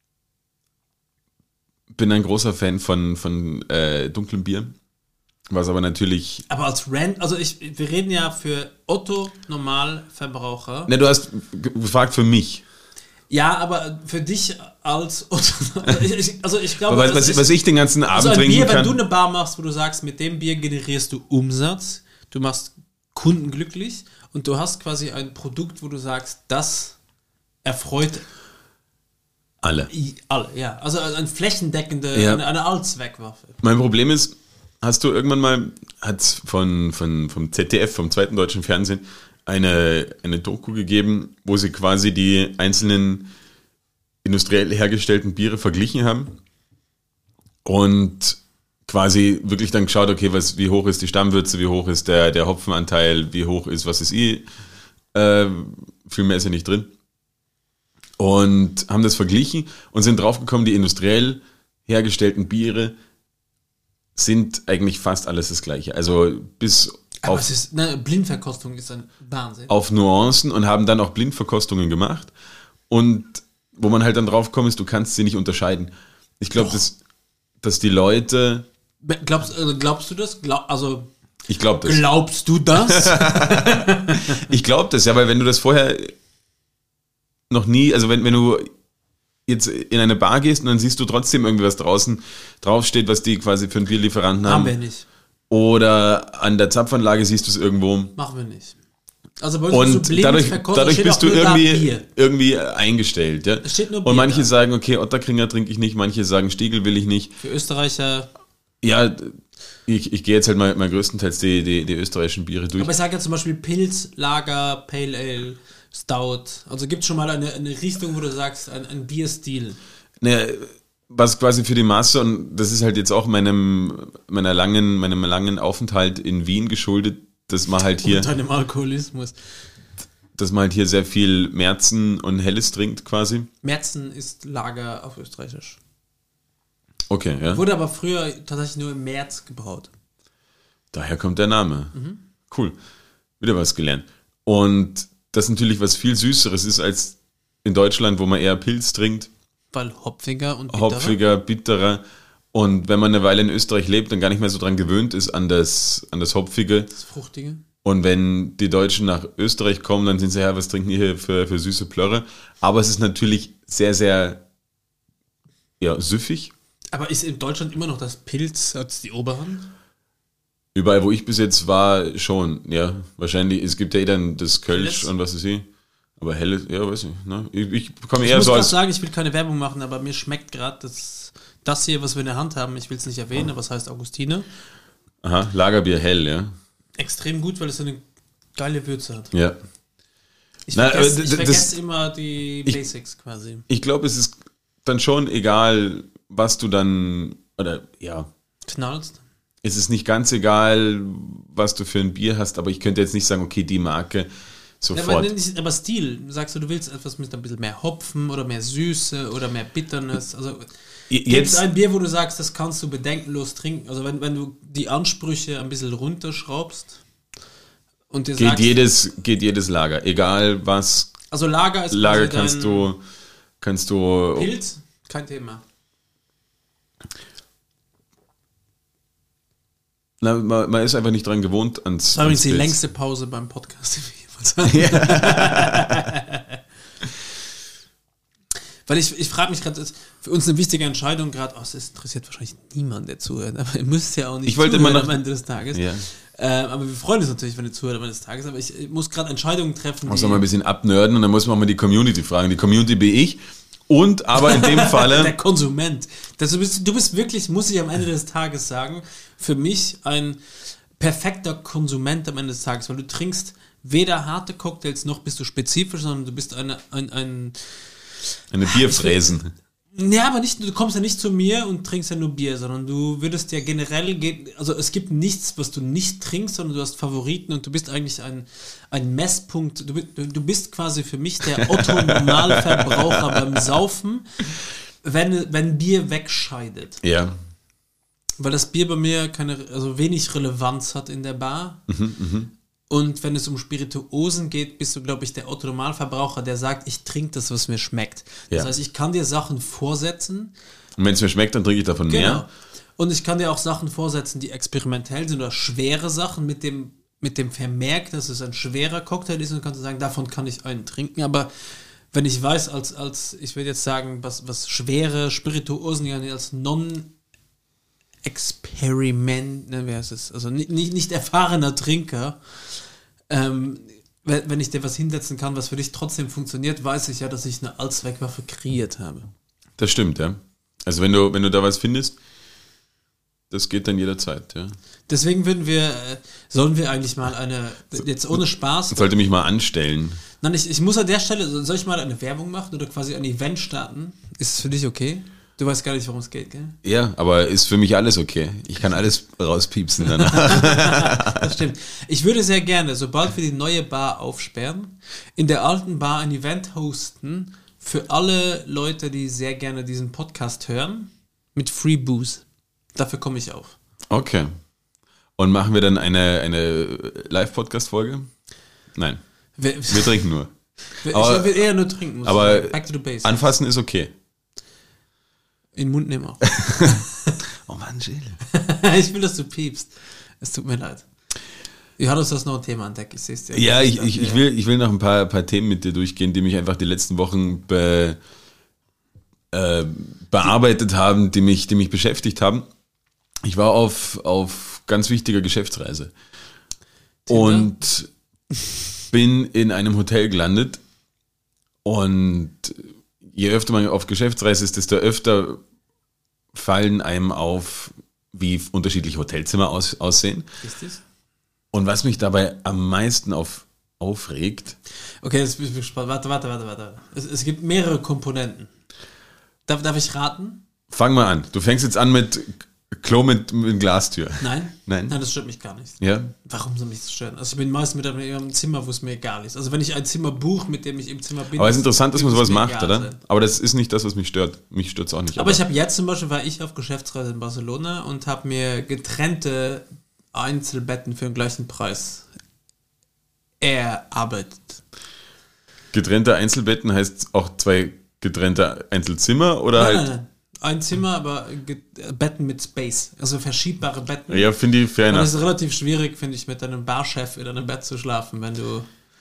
bin ein großer Fan von, von äh, dunklem Bier. Was aber natürlich... Aber als Rand, also ich, wir reden ja für Otto-Normalverbraucher. Ne, du hast gefragt für mich. Ja, aber für dich als Otto... Ich, also ich glaube... Was, was, was ich den ganzen Abend also ein trinken Bier, kann... Wenn du eine Bar machst, wo du sagst, mit dem Bier generierst du Umsatz, du machst Kunden glücklich und du hast quasi ein Produkt, wo du sagst, das erfreut... Alle. Alle, ja. Also eine flächendeckende, ja. eine, eine Allzweckwaffe. Mein Problem ist... Hast du irgendwann mal, hat es von, von, vom Z D F, vom zweiten deutschen Fernsehen, eine, eine Doku gegeben, wo sie quasi die einzelnen industriell hergestellten Biere verglichen haben und quasi wirklich dann geschaut, okay, was, wie hoch ist die Stammwürze, wie hoch ist der, der Hopfenanteil, wie hoch ist, was ist eh, äh, viel mehr ist ja nicht drin. Und haben das verglichen und sind draufgekommen, die industriell hergestellten Biere sind eigentlich fast alles das Gleiche. Also bis Aber auf, es ist, ne, Blindverkostung ist ein Wahnsinn. auf Nuancen und haben dann auch Blindverkostungen gemacht. Und wo man halt dann drauf kommt, ist, du kannst sie nicht unterscheiden. Ich glaube, dass, dass die Leute... Glaubst, also glaubst du das? Glaub, also ich glaube das. Glaubst du das? Ich glaube das, ja, weil wenn du das vorher noch nie, also wenn, wenn du jetzt in eine Bar gehst und dann siehst du trotzdem irgendwie, was draußen draufsteht, was die quasi für einen Bierlieferanten haben. Haben wir nicht. Oder an der Zapfanlage siehst du es irgendwo. Machen wir nicht. Also bei uns und so blind dadurch, verkostet, dadurch bist du irgendwie, da irgendwie eingestellt. Ja? Es steht nur Bier und manche da. sagen, okay, Otterkringer trinke ich nicht, manche sagen, Stiegel will ich nicht. Für Österreicher... Ja, ich, ich gehe jetzt halt mal, mal größtenteils die, die, die österreichischen Biere durch. Aber ich sage ja zum Beispiel Pilz, Lager, Pale Ale, Stout. Also gibt es schon mal eine, eine Richtung, wo du sagst, ein, ein Bierstil. Naja, was quasi für die Masse, und das ist halt jetzt auch meinem, meiner langen, meinem langen Aufenthalt in Wien geschuldet, dass man halt hier... Und deinem Alkoholismus. Dass man halt hier sehr viel Märzen und Helles trinkt quasi. Märzen ist Lager auf Österreichisch. Okay, ja. Wurde aber früher tatsächlich nur im März gebraut. Daher kommt der Name. Mhm. Cool. Wieder was gelernt. Und das natürlich was viel Süßeres ist als in Deutschland, wo man eher Pilz trinkt. Weil hopfiger und bitterer. Hopfiger, bitterer. Und wenn man eine Weile in Österreich lebt, dann gar nicht mehr so dran gewöhnt ist an das, an das Hopfige. Das Fruchtige. Und wenn die Deutschen nach Österreich kommen, dann sind sie, ja, was trinken die hier für, für süße Plörre? Aber es ist natürlich sehr, sehr ja, süffig. Aber ist in Deutschland immer noch das Pilz als die Oberhand? Überall, wo ich bis jetzt war, schon, ja. Wahrscheinlich, es gibt ja eh dann das Kölsch Helles. Und was weiß ich. Aber helles, ja, weiß ich. Ne? Ich, ich komme Ich eher muss so gerade als... sagen, ich will keine Werbung machen, aber mir schmeckt gerade das, das hier, was wir in der Hand haben, ich will es nicht erwähnen, aber es heißt Augustine. Aha, Lagerbier hell, ja. Extrem gut, weil es eine geile Würze hat. Ja. Ich Na, vergesse, aber ich das- vergesse immer die ich- Basics quasi. Ich glaube, es ist dann schon egal, was du dann... Oder, ja... Knallst. Es ist nicht ganz egal, was du für ein Bier hast, aber ich könnte jetzt nicht sagen, okay, die Marke Ja, sofort. aber, nicht, aber Stil, sagst du, du willst etwas mit ein bisschen mehr Hopfen oder mehr Süße oder mehr Bitterness. Also gibt es Jetzt, ein Bier, wo du sagst, das kannst du bedenkenlos trinken. Also wenn, wenn du die Ansprüche ein bisschen runterschraubst und dir geht sagst, jedes, geht jedes Lager, egal was also Lager ist Lager quasi kannst dein du, kannst du, Pilz, kein Thema. na, man, man ist einfach nicht dran gewohnt ans, Das war übrigens ans die Pilz. längste Pause beim Podcast. Ja. Weil ich, ich frage mich gerade, das ist für uns eine wichtige Entscheidung gerade, oh, es interessiert wahrscheinlich niemand, der zuhört, aber ihr müsst ja auch nicht Ich wollte zuhören mal noch- am Ende des Tages. Ja. Ähm, aber wir freuen uns natürlich, wenn ihr zuhört am Ende des Tages, aber ich, ich muss gerade Entscheidungen treffen, Muss man mal ein bisschen abnörden und dann muss man auch mal die Community fragen. Die Community bin ich und aber in dem der Falle, Konsument. Das, du, bist, du bist wirklich, muss ich am Ende des Tages sagen, für mich ein perfekter Konsument am Ende des Tages, weil du trinkst weder harte Cocktails noch bist du spezifisch, sondern du bist eine, ein, ein eine Bierfräsen. ja, aber nicht, du kommst ja nicht zu mir und trinkst ja nur Bier, sondern du würdest ja generell gehen, also es gibt nichts, was du nicht trinkst, sondern du hast Favoriten und du bist eigentlich ein, ein Messpunkt, du, bi- du bist quasi für mich der Otto-Normalverbraucher beim Saufen, wenn, wenn Bier wegscheidet. Ja. Weil das Bier bei mir keine, also wenig Relevanz hat in der Bar. Und wenn es um Spirituosen geht, bist du, glaube ich, der Otto-Normalverbraucher, der sagt, ich trinke das, was mir schmeckt. Das Ja. heißt, ich kann dir Sachen vorsetzen. Und wenn es mir schmeckt, dann trinke ich davon Genau. mehr. Und ich kann dir auch Sachen vorsetzen, die experimentell sind oder schwere Sachen mit dem, mit dem Vermerk, dass es ein schwerer Cocktail ist und kannst du sagen, davon kann ich einen trinken. Aber wenn ich weiß, als, als ich würde jetzt sagen, was, was schwere Spirituosen ja als Non-Experiment, ne, wer ist es? Also nicht, nicht, nicht erfahrener Trinker, ähm, wenn, wenn ich dir was hinsetzen kann, was für dich trotzdem funktioniert, weiß ich ja, dass ich eine Allzweckwaffe kreiert habe. Das stimmt, ja. Also wenn du, wenn du da was findest, das geht dann jederzeit, ja. Deswegen würden wir, äh, sollen wir eigentlich mal eine, jetzt ohne Spaß, Ich sollte mich mal anstellen. nein, ich, ich muss an der Stelle, soll ich mal eine Werbung machen oder quasi ein Event starten? Ist es für dich okay? Du weißt gar nicht, worum es geht, gell? Ja, aber ist für mich alles okay. Ich kann alles rauspiepsen danach. Das stimmt. Ich würde sehr gerne, sobald wir die neue Bar aufsperren, in der alten Bar ein Event hosten für alle Leute, die sehr gerne diesen Podcast hören, mit Free Booze. Dafür komme ich auf. Okay. Und machen wir dann eine, eine Live-Podcast-Folge? Nein, Wir, wir trinken nur. ich aber- will eher nur trinken. Muss aber ich sagen. Back to the basics. Anfassen ist okay. In den Mund nehmen auch. Oh Mann, Jill. Ich will, dass du piepst. Es tut mir leid. Johannes, du hast noch ein Thema entdeckt. Ich sehe es dir. Ja, ich, ich, ich, will, ich will noch ein paar, paar Themen mit dir durchgehen, die mich einfach die letzten Wochen be, äh, bearbeitet haben, die mich, die mich beschäftigt haben. Ich war auf, auf ganz wichtiger Geschäftsreise und bin in einem Hotel gelandet und je öfter man auf Geschäftsreise ist, desto öfter fallen einem auf, wie unterschiedliche Hotelzimmer aus, aussehen. Ist das? Und was mich dabei am meisten auf, aufregt, Okay, jetzt bin ich gespannt. Warte, warte, warte, warte. Es, es gibt mehrere Komponenten. Darf, darf ich raten? fang mal an. Du fängst jetzt an mit Klo mit, mit Glastür. Nein? Nein? Nein, das stört mich gar nicht. Ja? Warum soll mich das stören? Also ich bin meist mit einem, einem Zimmer, wo es mir egal ist. Also wenn ich ein Zimmer buche, mit dem ich im Zimmer bin. Aber es ist interessant, dass man sowas macht, egal oder? sein. Aber das ist nicht das, was mich stört. Mich stört es auch nicht. Aber, aber ich habe jetzt zum Beispiel, war ich auf Geschäftsreise in Barcelona und habe mir getrennte Einzelbetten für den gleichen Preis erarbeitet. Getrennte Einzelbetten heißt auch zwei getrennte Einzelzimmer oder nein, halt... Nein, nein. Ein Zimmer, aber Betten mit Space. Also verschiebbare Betten. Ja, finde ich fair enough. Und es ist relativ schwierig, finde ich, mit einem Barchef in einem Bett zu schlafen, wenn du...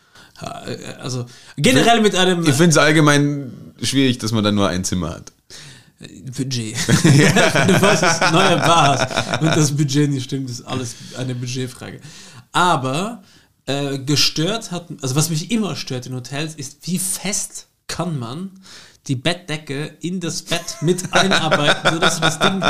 Also generell mit einem... Ich finde es allgemein schwierig, dass man dann nur ein Zimmer hat. Budget. Ja. Du weißt, es ist ein neuer Bar hast und das Budget nicht stimmt, ist alles eine Budgetfrage. Aber äh, gestört hat... Also was mich immer stört in Hotels, ist, wie fest kann man die Bettdecke in das Bett mit einarbeiten, sodass du das Ding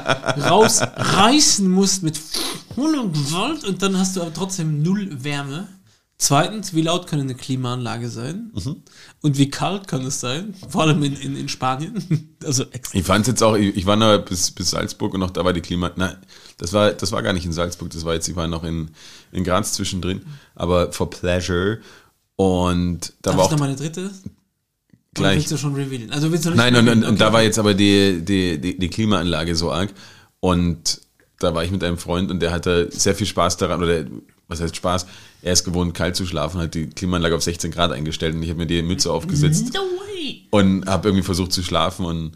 rausreißen musst mit voller Gewalt und dann hast du aber trotzdem null Wärme. Zweitens, wie laut kann eine Klimaanlage sein? Mhm. Und wie kalt kann es sein? Vor allem in, in, in Spanien. Also extra. Ich fand es jetzt auch, ich, ich war noch bis, bis Salzburg und noch da war die Klima... Nein, das war, das war gar nicht in Salzburg, das war jetzt, ich war noch in, in Graz zwischendrin, aber for pleasure. Und da Darf war ich auch... noch meine dritte? Gleich. Oder willst du schon revealen? Also willst du nicht Nein, und, und, okay. und da war jetzt aber die, die, die, die Klimaanlage so arg und da war ich mit einem Freund und der hatte sehr viel Spaß daran, oder was heißt Spaß, er ist gewohnt kalt zu schlafen, hat die Klimaanlage auf sechzehn Grad eingestellt und ich habe mir die Mütze aufgesetzt No way. und habe irgendwie versucht zu schlafen und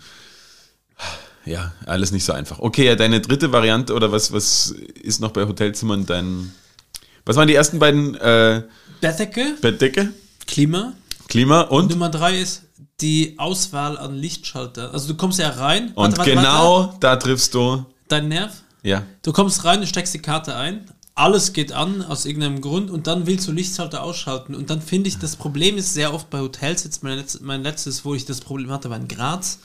ja, alles nicht so einfach. Okay, ja, deine dritte Variante oder was, was ist noch bei Hotelzimmern dein, was waren die ersten beiden? Äh, Bettdecke, Bettdecke, Klima. Klima und? Nummer drei ist die Auswahl an Lichtschalter. Also du kommst ja rein. Und warte, warte, genau warte. da triffst du. Dein Nerv. Ja. Du kommst rein, du steckst die Karte ein, alles geht an aus irgendeinem Grund und dann willst du Lichtschalter ausschalten. Und dann finde ich, das Problem ist sehr oft bei Hotels, jetzt mein, Letz-, mein letztes, wo ich das Problem hatte, war in Graz.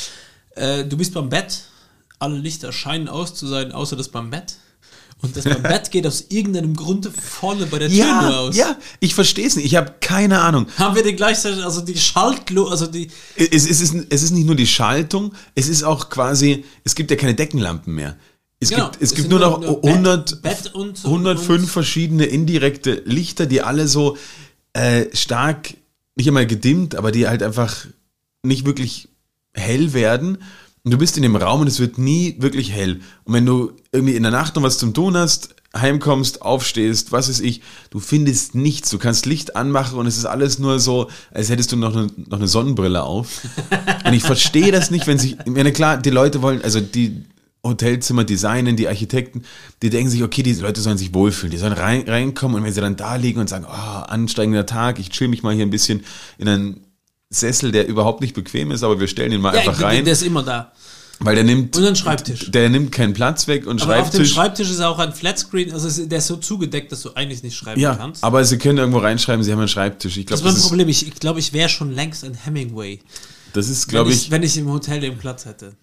Äh, du bist beim Bett, alle Lichter scheinen aus zu sein, außer das beim Bett. Und das beim Bett geht aus irgendeinem Grund vorne bei der Tür Ja, nur aus. ja, ich verstehe es nicht. Ich habe keine Ahnung. Haben wir den gleichzeitig, also die Schaltglo, also die... Es, es, ist, es ist nicht nur die Schaltung, es ist auch quasi, es gibt ja keine Deckenlampen mehr. Es Genau, gibt, es es gibt sind nur noch nur Bett- hundert, Bett und- hundertfünf und- verschiedene indirekte Lichter, die alle so äh, stark, nicht einmal gedimmt, aber die halt einfach nicht wirklich hell werden. Und du bist in dem Raum und es wird nie wirklich hell. Und wenn du irgendwie in der Nacht noch was zum tun hast, heimkommst, aufstehst, was weiß ich, du findest nichts. Du kannst Licht anmachen und es ist alles nur so, als hättest du noch eine, noch eine Sonnenbrille auf. Und ich verstehe das nicht, wenn sich, ich meine, klar, die Leute wollen, also die Hotelzimmer designen, die Architekten, die denken sich, okay, die Leute sollen sich wohlfühlen, die sollen rein, reinkommen und wenn sie dann da liegen und sagen, oh, anstrengender Tag, ich chill mich mal hier ein bisschen in einen Sessel, der überhaupt nicht bequem ist, aber wir stellen ihn mal Ja, einfach der, rein. der ist immer da. Weil der nimmt. Und ein Schreibtisch. Der nimmt keinen Platz weg und Aber auf dem Schreibtisch. Schreibtisch ist auch ein Flatscreen, also es- der ist so zugedeckt, dass du eigentlich nicht schreiben Ja, kannst. aber sie können irgendwo reinschreiben, sie haben einen Schreibtisch. Ich Das glaube, ist das, mein ist, Problem. Ich, ich glaube, ich wäre schon längst ein Hemingway, das ist, wenn glaube ich, ich, wenn ich im Hotel den Platz hätte.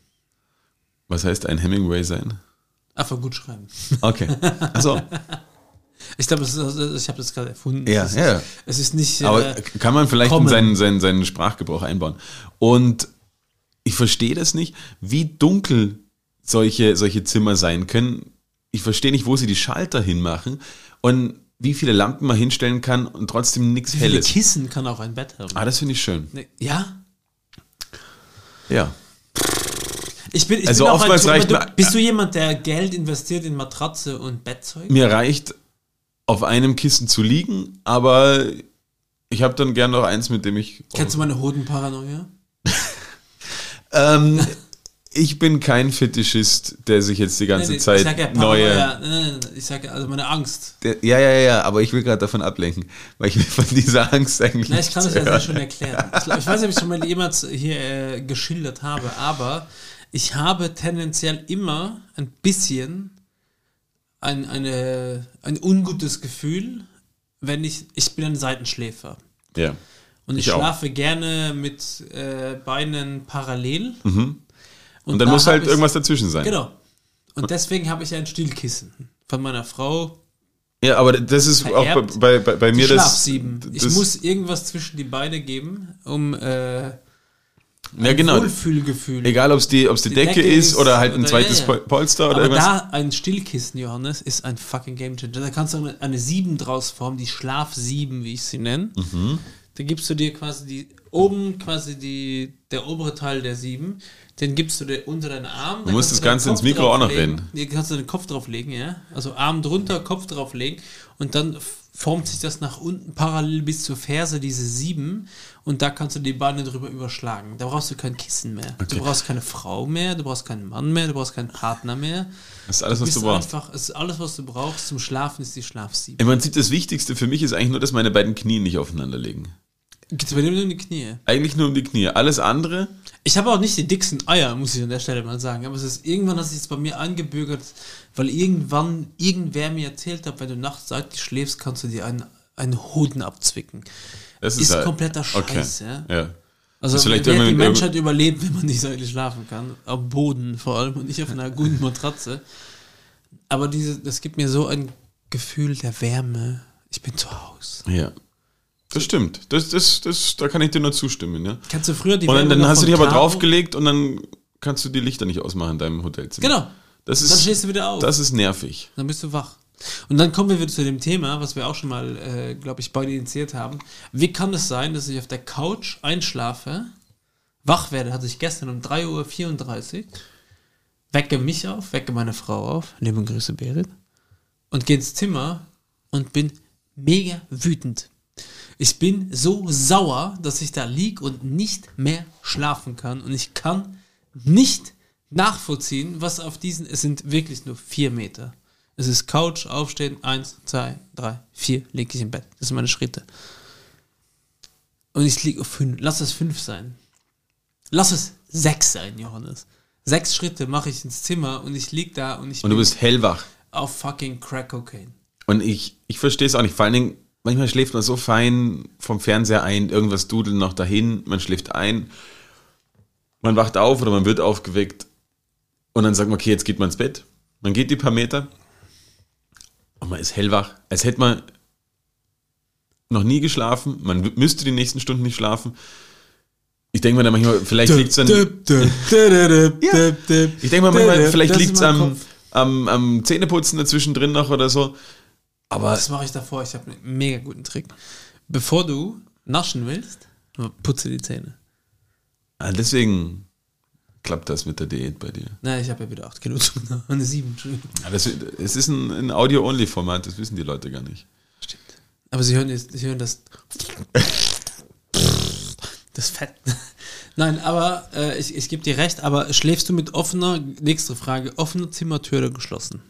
was heißt ein Hemingway sein? Einfach gut schreiben. Okay. Achso. Ich glaube, es ist- ich habe das gerade erfunden. Ja, es ist, ja. Es ist nicht. Aber äh, kann man vielleicht in kommen. seinen, seinen, seinen Sprachgebrauch einbauen. Und ich verstehe das nicht, wie dunkel solche, solche Zimmer sein können. Ich verstehe nicht, wo sie die Schalter hinmachen und wie viele Lampen man hinstellen kann und trotzdem nichts wie viele Helles. Kissen kann auch ein Bett haben? Ah, das finde ich schön. Ne, Ja? Ja. Ich bin, ich Also bin auch oftmals ein, reicht du, mir- Bist du jemand, der Geld investiert in Matratze und Bettzeug? Mir reicht, auf einem Kissen zu liegen, aber ich habe dann gern noch eins, mit dem ich... Kennst du meine Hodenparanoia? Ähm, ich bin kein Fetischist, der sich jetzt die ganze Nee, nee, Zeit ich sag ja neue... Paranoia. Nein, nein, nein, ich sage also meine Angst. Der, ja, ja, ja, aber ich will gerade davon ablenken, weil ich will von dieser Angst eigentlich Na, ich kann nichts das ja hören. sehr schon erklären. Ich, glaub, ich weiß nicht, ob ich es schon mal jemals hier äh, geschildert habe, aber ich habe tendenziell immer ein bisschen ein, eine, ein ungutes Gefühl, wenn ich, ich bin ein Seitenschläfer. Ja. Und ich, Ich auch. schlafe gerne mit äh, Beinen parallel. Mhm. Und, dann da muss hab halt ich- irgendwas dazwischen sein. Genau. Und deswegen habe ich ein Stillkissen von meiner Frau. Ja, aber das ist Vererbt. auch bei, bei, bei Die mir das... Schlafsieben. Ich das muss irgendwas zwischen die Beine geben, um... Äh, Ja, genau. Wohlfühlgefühl. Egal, ob es die, ob's die, die Decke, Decke ist oder halt ein oder, zweites ja, ja. Polster oder aber irgendwas. Aber da ein Stillkissen, Johannes, ist ein fucking Gamechanger. Da kannst du eine, eine sieben draus formen, die Schlaf sieben, wie ich sie nenne. Mhm. Da gibst du dir quasi die, oben quasi die, der obere Teil der sieben, den gibst du dir unter deinen Arm. Du musst das Ganze ins Mikro auch noch reden. Hier kannst du den Kopf drauflegen, ja. Also Arm drunter, Kopf drauflegen und dann formt sich das nach unten parallel bis zur Ferse, diese sieben, und da kannst du die Beine drüber überschlagen. Da brauchst du kein Kissen mehr. Okay. Du brauchst keine Frau mehr, du brauchst keinen Mann mehr, du brauchst keinen Partner mehr. Das ist alles, was du brauchst. Einfach, es ist alles, was du brauchst zum Schlafen, ist die Schlafsieben. Im Prinzip das Wichtigste für mich ist eigentlich nur, dass meine beiden Knie nicht aufeinander liegen. Geht es bei dir nur um die Knie? Eigentlich nur um die Knie. Alles andere... Ich habe auch nicht die dicksten Eier, muss ich an der Stelle mal sagen. Aber es ist irgendwann, hat sich es bei mir angebürgert, weil irgendwann irgendwer mir erzählt hat, wenn du nachts seitlich schläfst, kannst du dir einen, einen Hoden abzwicken. Das ist, ist halt, kompletter Scheiß, okay. ja. ja. Also wer die Menschheit überlebt, wenn man nicht seitlich schlafen kann. Am Boden vor allem und nicht auf einer guten Matratze. Aber diese, das gibt mir so ein Gefühl der Wärme. Ich bin zu Hause. Ja. Das stimmt. Das, das, das, da kann ich dir nur zustimmen. Ja. Kannst du früher die Und dann, dann hast du dich aber draufgelegt und dann kannst du die Lichter nicht ausmachen in deinem Hotelzimmer. Genau. Das ist, dann stehst du wieder auf. Das ist nervig. Dann bist du wach. Und dann kommen wir wieder zu dem Thema, was wir auch schon mal, äh, glaube ich, beide initiiert haben. Wie kann es sein, dass ich auf der Couch einschlafe, wach werde, hatte ich gestern um drei Uhr vierunddreißig, wecke mich auf, wecke meine Frau auf, liebe Grüße Berit, und gehe ins Zimmer und bin mega wütend. Ich bin so sauer, dass ich da lieg und nicht mehr schlafen kann. Und ich kann nicht nachvollziehen, was auf diesen... Es sind wirklich nur vier Meter. Es ist Couch, aufstehen, eins, zwei, drei, vier, lege ich im Bett. Das sind meine Schritte. Und ich liege auf fünf. Lass es fünf sein. Lass es sechs sein, Johannes. Sechs Schritte mache ich ins Zimmer und ich liege da und ich Und du bist hellwach. Auf fucking Crack Cocaine. Und ich, ich verstehe es auch nicht. Vor allen Dingen... Manchmal schläft man so fein vom Fernseher ein, irgendwas dudelt noch dahin, man schläft ein, man wacht auf oder man wird aufgeweckt und dann sagt man, okay, jetzt geht man ins Bett. Man geht die paar Meter und man ist hellwach, als hätte man noch nie geschlafen, man müsste die nächsten Stunden nicht schlafen. Ich denke mir dann manchmal, vielleicht liegt es an... ja. Ich denke mir manchmal, vielleicht liegt es am, am, am Zähneputzen dazwischen drin noch oder so. Aber das mache ich davor. Ich habe einen mega guten Trick. Bevor du naschen willst, putze die Zähne. Ah, deswegen klappt das mit der Diät bei dir. Nein, ich habe ja wieder acht Kilo zu. Eine sieben. Ja, das, es ist ein, ein Audio-Only-Format, das wissen die Leute gar nicht. Stimmt. Aber sie hören, sie hören das... das Fett. Nein, aber äh, ich, ich gebe dir recht, aber schläfst du mit offener, nächste Frage, offener Zimmertür oder geschlossen?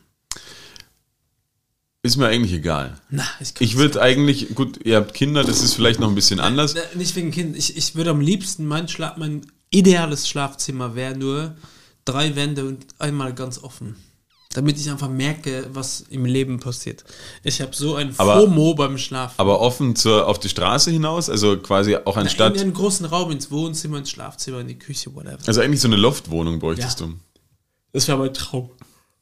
Ist mir eigentlich egal. Na, ich ich würde eigentlich, gut, ihr habt Kinder, das ist vielleicht noch ein bisschen anders. Äh, nicht wegen Kind. Ich, ich würde am liebsten, mein, Schla- mein ideales Schlafzimmer wäre nur drei Wände und einmal ganz offen. Damit ich einfach merke, was im Leben passiert. Ich habe so ein aber, FOMO beim Schlafen. Aber offen zur, auf die Straße hinaus? Also quasi auch anstatt... In einen großen Raum, ins Wohnzimmer, ins Schlafzimmer, in die Küche, whatever. Also eigentlich so eine Loftwohnung bräuchtest ja. du. Das wäre mein Traum.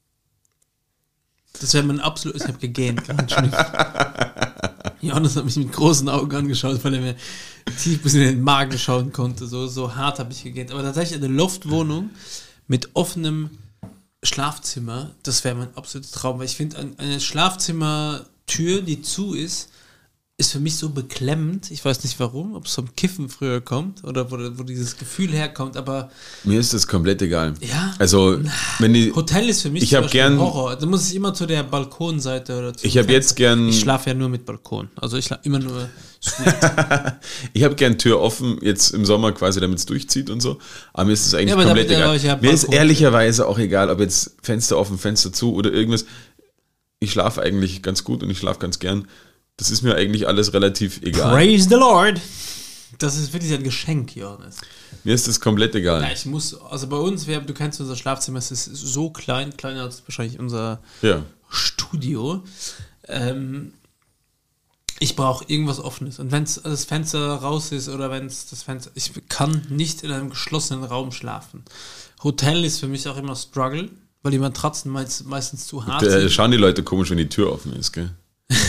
Das wäre mein absolut... Ich habe gegähnt gerade. Johannes hat mich mit großen Augen angeschaut, weil er mir tief bis in den Magen schauen konnte. So, so hart habe ich gegähnt. Aber tatsächlich eine Loftwohnung mit offenem Schlafzimmer, das wäre mein absoluter Traum. Weil ich finde, eine Schlafzimmertür, die zu ist, ist für mich so beklemmend. Ich weiß nicht warum, ob es vom Kiffen früher kommt oder wo, wo dieses Gefühl herkommt, aber... Mir ist das komplett egal. Ja? Also, wenn die... Hotel ist für mich ich habe gern Horror. Da muss ich immer zu der Balkonseite oder zu Ich habe jetzt gern... Ich schlafe ja nur mit Balkon. Also ich schlafe immer nur... Ich habe gern Tür offen, jetzt im Sommer quasi, damit es durchzieht und so. Aber mir ist es eigentlich ja, komplett egal. Ja mir ist ehrlicherweise auch egal, ob jetzt Fenster offen, Fenster zu oder irgendwas. Ich schlafe eigentlich ganz gut und ich schlafe ganz gern. Das ist mir eigentlich alles relativ egal. Praise the Lord! Das ist wirklich ein Geschenk, Johannes. Mir ist das komplett egal. Ja, ich muss, also bei uns, wir, du kennst unser Schlafzimmer, es ist so klein, kleiner als wahrscheinlich unser ja. Studio. Ähm, ich brauche irgendwas Offenes. Und wenn das Fenster raus ist oder wenn es das Fenster... Ich kann nicht in einem geschlossenen Raum schlafen. Hotel ist für mich auch immer Struggle, weil die Matratzen meist, meistens zu hart da sind. schauen die Leute komisch, wenn die Tür offen ist, gell?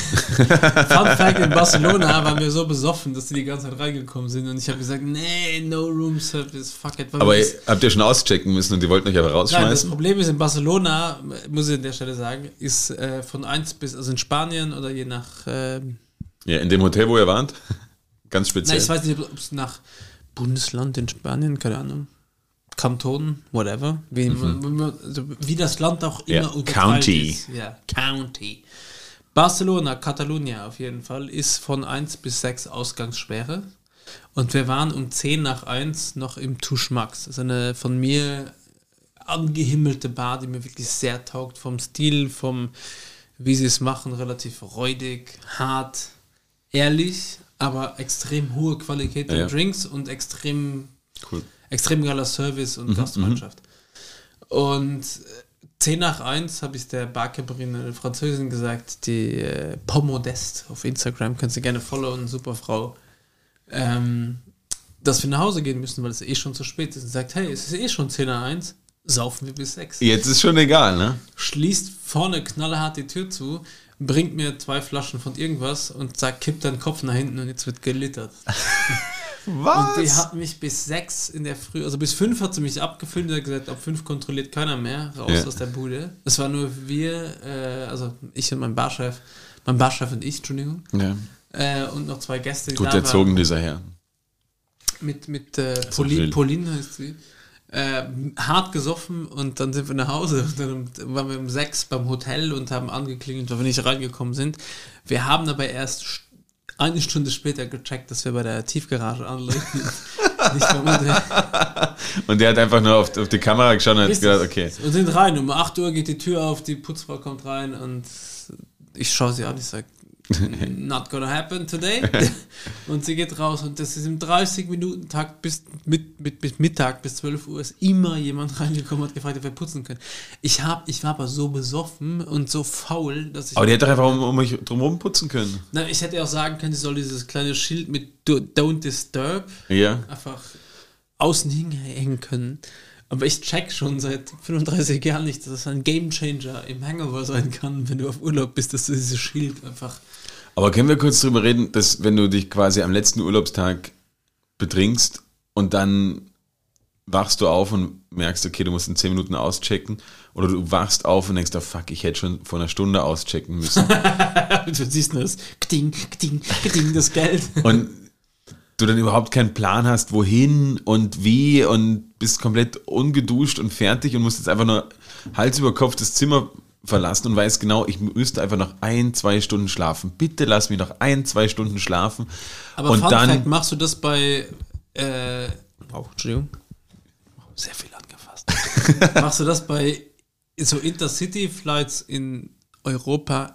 Fun Fact, in Barcelona waren wir so besoffen, dass die die ganze Zeit reingekommen sind und ich habe gesagt, nee, no room service, fuck it. Aber ihr, habt ihr schon auschecken müssen und die wollten euch aber rausschmeißen? Nein, das Problem ist, in Barcelona, muss ich an der Stelle sagen, ist äh, von eins bis, also in Spanien oder je nach... Äh, ja, in dem Hotel, wo ihr wart? Ganz speziell. Nein, ich weiß nicht, ob es nach Bundesland in Spanien, keine Ahnung. Kanton, whatever, wie, mhm. also wie das Land auch immer ja, County. Ist. Ja, County. Barcelona, Catalunya auf jeden Fall, ist von eins bis sechs Ausgangssperre und wir waren um zehn nach eins noch im Touche Max. Das ist eine von mir angehimmelte Bar, die mir wirklich sehr taugt, vom Stil, vom wie sie es machen, relativ räudig, hart, ehrlich, aber extrem hohe Qualität ja, an Drinks und extrem cool. Extrem geiler Service und mhm, Gastfreundschaft. Und zehn nach eins habe ich der Barkeeperin, eine Französin, gesagt, die äh, Pomodest auf Instagram, könnt ihr gerne followen, super Frau, ähm, dass wir nach Hause gehen müssen, weil es eh schon zu spät ist. Und sagt, hey, es ist eh schon zehn nach eins, saufen wir bis sechs. Jetzt ist schon egal, ne? Schließt vorne knallhart die Tür zu, bringt mir zwei Flaschen von irgendwas und sagt, kipp deinen Kopf nach hinten und jetzt wird gelittert. Was? Und die hat mich bis sechs in der Früh, also bis fünf hat sie mich abgefilmt und hat gesagt, ab fünf kontrolliert keiner mehr, raus ja. aus der Bude. Es war nur wir, äh, also ich und mein Barchef, mein Barchef und ich, Entschuldigung, ja. äh, und noch zwei Gäste. Die Gut da erzogen, waren. dieser Herr. Mit, mit äh, Pauline, Pauline heißt sie. Äh, hart gesoffen und dann sind wir nach Hause und dann waren wir um sechs beim Hotel und haben angeklingelt, weil wir nicht reingekommen sind. Wir haben aber erst eine Stunde später gecheckt, dass wir bei der Tiefgarage anlegen. Nicht beim Hotel. Und der hat einfach nur auf, auf die Kamera geschaut und hat gesagt, okay. Und sind rein. Um acht Uhr geht die Tür auf, die Putzfrau kommt rein und ich schaue sie an, ich sage, not gonna happen today. Und sie geht raus und das ist im dreißig-Minuten-Takt bis mit, mit, mit Mittag bis zwölf Uhr ist immer jemand reingekommen und hat gefragt, ob wir putzen können. Ich, hab, ich war aber so besoffen und so faul, dass ich... Aber die hätte doch einfach um, um mich drumherum putzen können. Na, ich hätte auch sagen können, sie soll dieses kleine Schild mit Don't Disturb ja. einfach außen hinhängen können. Aber ich check schon seit fünfunddreißig Jahren nicht, dass es ein Gamechanger im Hangover sein kann, wenn du auf Urlaub bist, dass du dieses Schild einfach... Aber können wir kurz drüber reden, dass wenn du dich quasi am letzten Urlaubstag betrinkst und dann wachst du auf und merkst, okay, du musst in zehn Minuten auschecken oder du wachst auf und denkst, oh fuck, ich hätte schon vor einer Stunde auschecken müssen. Du siehst nur das Kting, Kting, Kting, das Geld. Und du dann überhaupt keinen Plan hast, wohin und wie und bist komplett ungeduscht und fertig und musst jetzt einfach nur Hals über Kopf das Zimmer verlassen und weiß genau, ich müsste einfach noch ein, zwei Stunden schlafen. Bitte lass mich noch ein, zwei Stunden schlafen. Aber und Fun dann Fact, machst du das bei äh, oh, Entschuldigung. Sehr viel angefasst. Machst du das bei so Intercity-Flights in Europa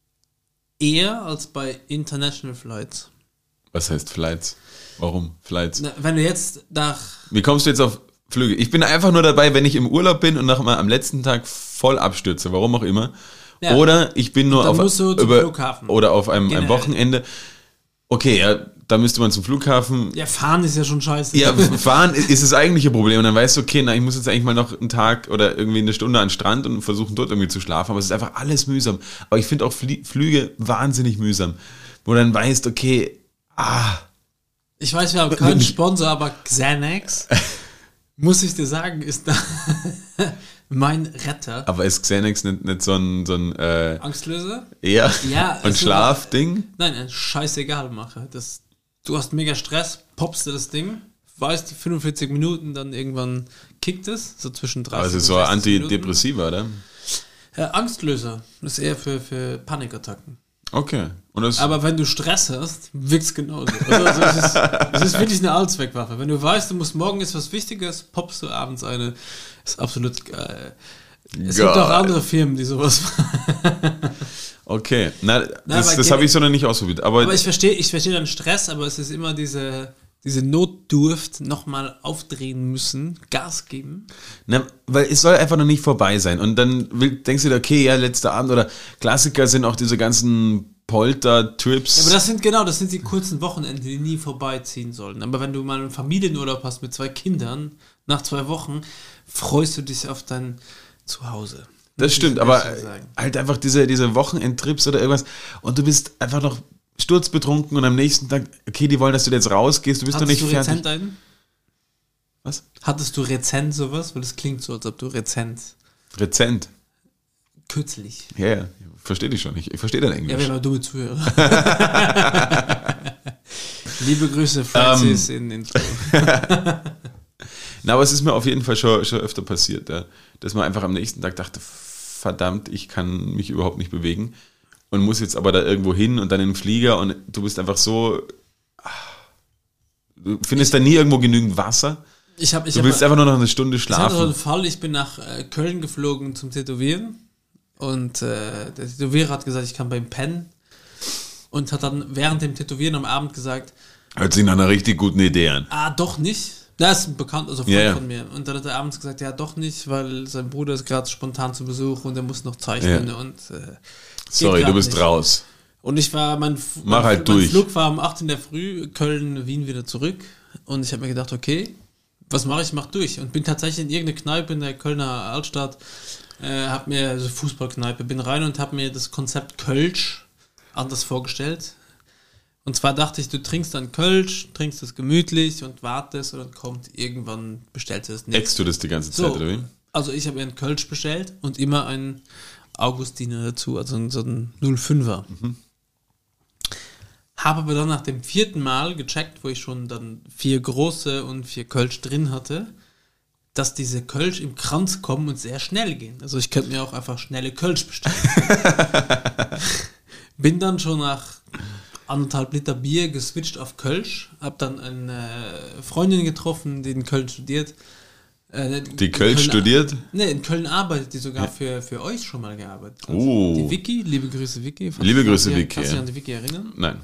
eher als bei International Flights? Was heißt Flights? Warum Flights? Na, wenn du jetzt nach... Wie kommst du jetzt auf Flüge? Ich bin einfach nur dabei, wenn ich im Urlaub bin und nach mal am letzten Tag voll abstürze, warum auch immer. Ja. Oder ich bin nur auf, über, oder auf einem, einem Wochenende. Okay, ja, da müsste man zum Flughafen. Ja, fahren ist ja schon scheiße. Ja, fahren ist das eigentliche Problem. Und dann weißt du, okay, na, ich muss jetzt eigentlich mal noch einen Tag oder irgendwie eine Stunde an den Strand und versuchen dort irgendwie zu schlafen. Aber es ist einfach alles mühsam. Aber ich finde auch Flie- Flüge wahnsinnig mühsam. Wo du dann weißt, okay, ah. Ich weiß, wir haben keinen Sponsor, aber Xanax, muss ich dir sagen, ist da mein Retter. Aber ist Xanax nicht, nicht so ein, so ein äh, Angstlöser? Ja, ja ein Schlafding? Nein, ein scheißegal mache. Das, du hast mega Stress, poppst du das Ding, weißt die fünfundvierzig Minuten, dann irgendwann kickt es, so zwischen dreißig also und so ein Antidepressiva, oder? Ja, Angstlöser, das ist eher für, für Panikattacken. Okay. Und das aber wenn du Stress hast, wirkt es genauso. Also, also es, ist, es ist wirklich eine Allzweckwaffe. Wenn du weißt, du musst morgen ist was Wichtiges, poppst du abends eine. Ist absolut geil. Es geil. Gibt auch andere Firmen, die sowas machen. Okay. Na, Na, das, das habe ich so noch nicht ausprobiert. Aber, aber ich verstehe ich versteh deinen Stress, aber es ist immer diese, diese Notdurft nochmal aufdrehen müssen, Gas geben. Na, weil es soll einfach noch nicht vorbei sein. Und dann will, denkst du dir, okay, ja, letzter Abend oder Klassiker sind auch diese ganzen Polter-Trips. Ja, aber das sind genau, das sind die kurzen Wochenende, die nie vorbeiziehen sollen. Aber wenn du mal einen Familienurlaub hast mit zwei Kindern, nach zwei Wochen freust du dich auf dein Zuhause. Das Muss stimmt, ich aber ehrlich sagen. halt einfach diese, diese Wochenendtrips oder irgendwas und du bist einfach noch sturzbetrunken und am nächsten Tag, okay, die wollen, dass du jetzt rausgehst, du bist Hattest doch nicht du fertig. rezent einen? Was? Hattest du rezent sowas? Weil das klingt so, als ob du rezent. Rezent. Kürzlich. Ja, ja, verstehe dich schon. Ich, ich verstehe dein Ja, Englisch. wir haben dumme Zuhörer. Liebe Grüße, Francis Ähm. in Intro. Na, aber es ist mir auf jeden Fall schon, schon öfter passiert, ja, dass man einfach am nächsten Tag dachte, verdammt, ich kann mich überhaupt nicht bewegen und muss jetzt aber da irgendwo hin und dann in den Flieger und du bist einfach so, du findest da nie irgendwo genügend Wasser. Ich hab, ich Du hab, willst einfach nur noch eine Stunde ich hatte so einen schlafen. Fall, ich bin nach äh, Köln geflogen zum Tätowieren und äh, der Tätowierer hat gesagt, ich kann bei ihm pennen und hat dann während dem Tätowieren am Abend gesagt, Hört sich nach einer richtig guten Idee an. ah, doch nicht. Das ist ein Bekannt, also Freund Ja, ja. von mir. Und dann hat er abends gesagt, ja, doch nicht, weil sein Bruder ist gerade spontan zu Besuch und er muss noch zeichnen Ja. und äh, geht Sorry, grad du bist nicht. raus. Und ich war, mein, Mach mein, halt mein durch. Flug war um acht in der Früh, Köln, Wien wieder zurück. Und ich habe mir gedacht, okay, was mache ich? Mach durch. Und bin tatsächlich in irgendeine Kneipe in der Kölner Altstadt, äh, habe mir, also Fußballkneipe, bin rein und habe mir das Konzept Kölsch anders vorgestellt. Und zwar dachte ich, du trinkst dann Kölsch, trinkst es gemütlich und wartest und dann kommt irgendwann, bestellst du es nicht. Eckst du das die ganze Zeit, So, oder wie? also ich habe mir einen Kölsch bestellt und immer einen Augustiner dazu, also so einen null Komma fünfer. Mhm. Habe aber dann nach dem vierten Mal gecheckt, wo ich schon dann vier große und vier Kölsch drin hatte, dass diese Kölsch im Kranz kommen und sehr schnell gehen. Also ich könnte mir auch einfach schnelle Kölsch bestellen. Bin dann schon nach anderthalb Liter Bier geswitcht auf Kölsch, hab dann eine Freundin getroffen, die in Köln studiert. Äh, Die in Köln Köln- studiert? Ne, in Köln arbeitet die sogar für, für euch schon mal gearbeitet. hat. Oh. Die Vicky, liebe Grüße Vicky. Falls Liebe du Grüße, dich- Vicky, Kannst du dich ja. an die Vicky erinnern? Nein.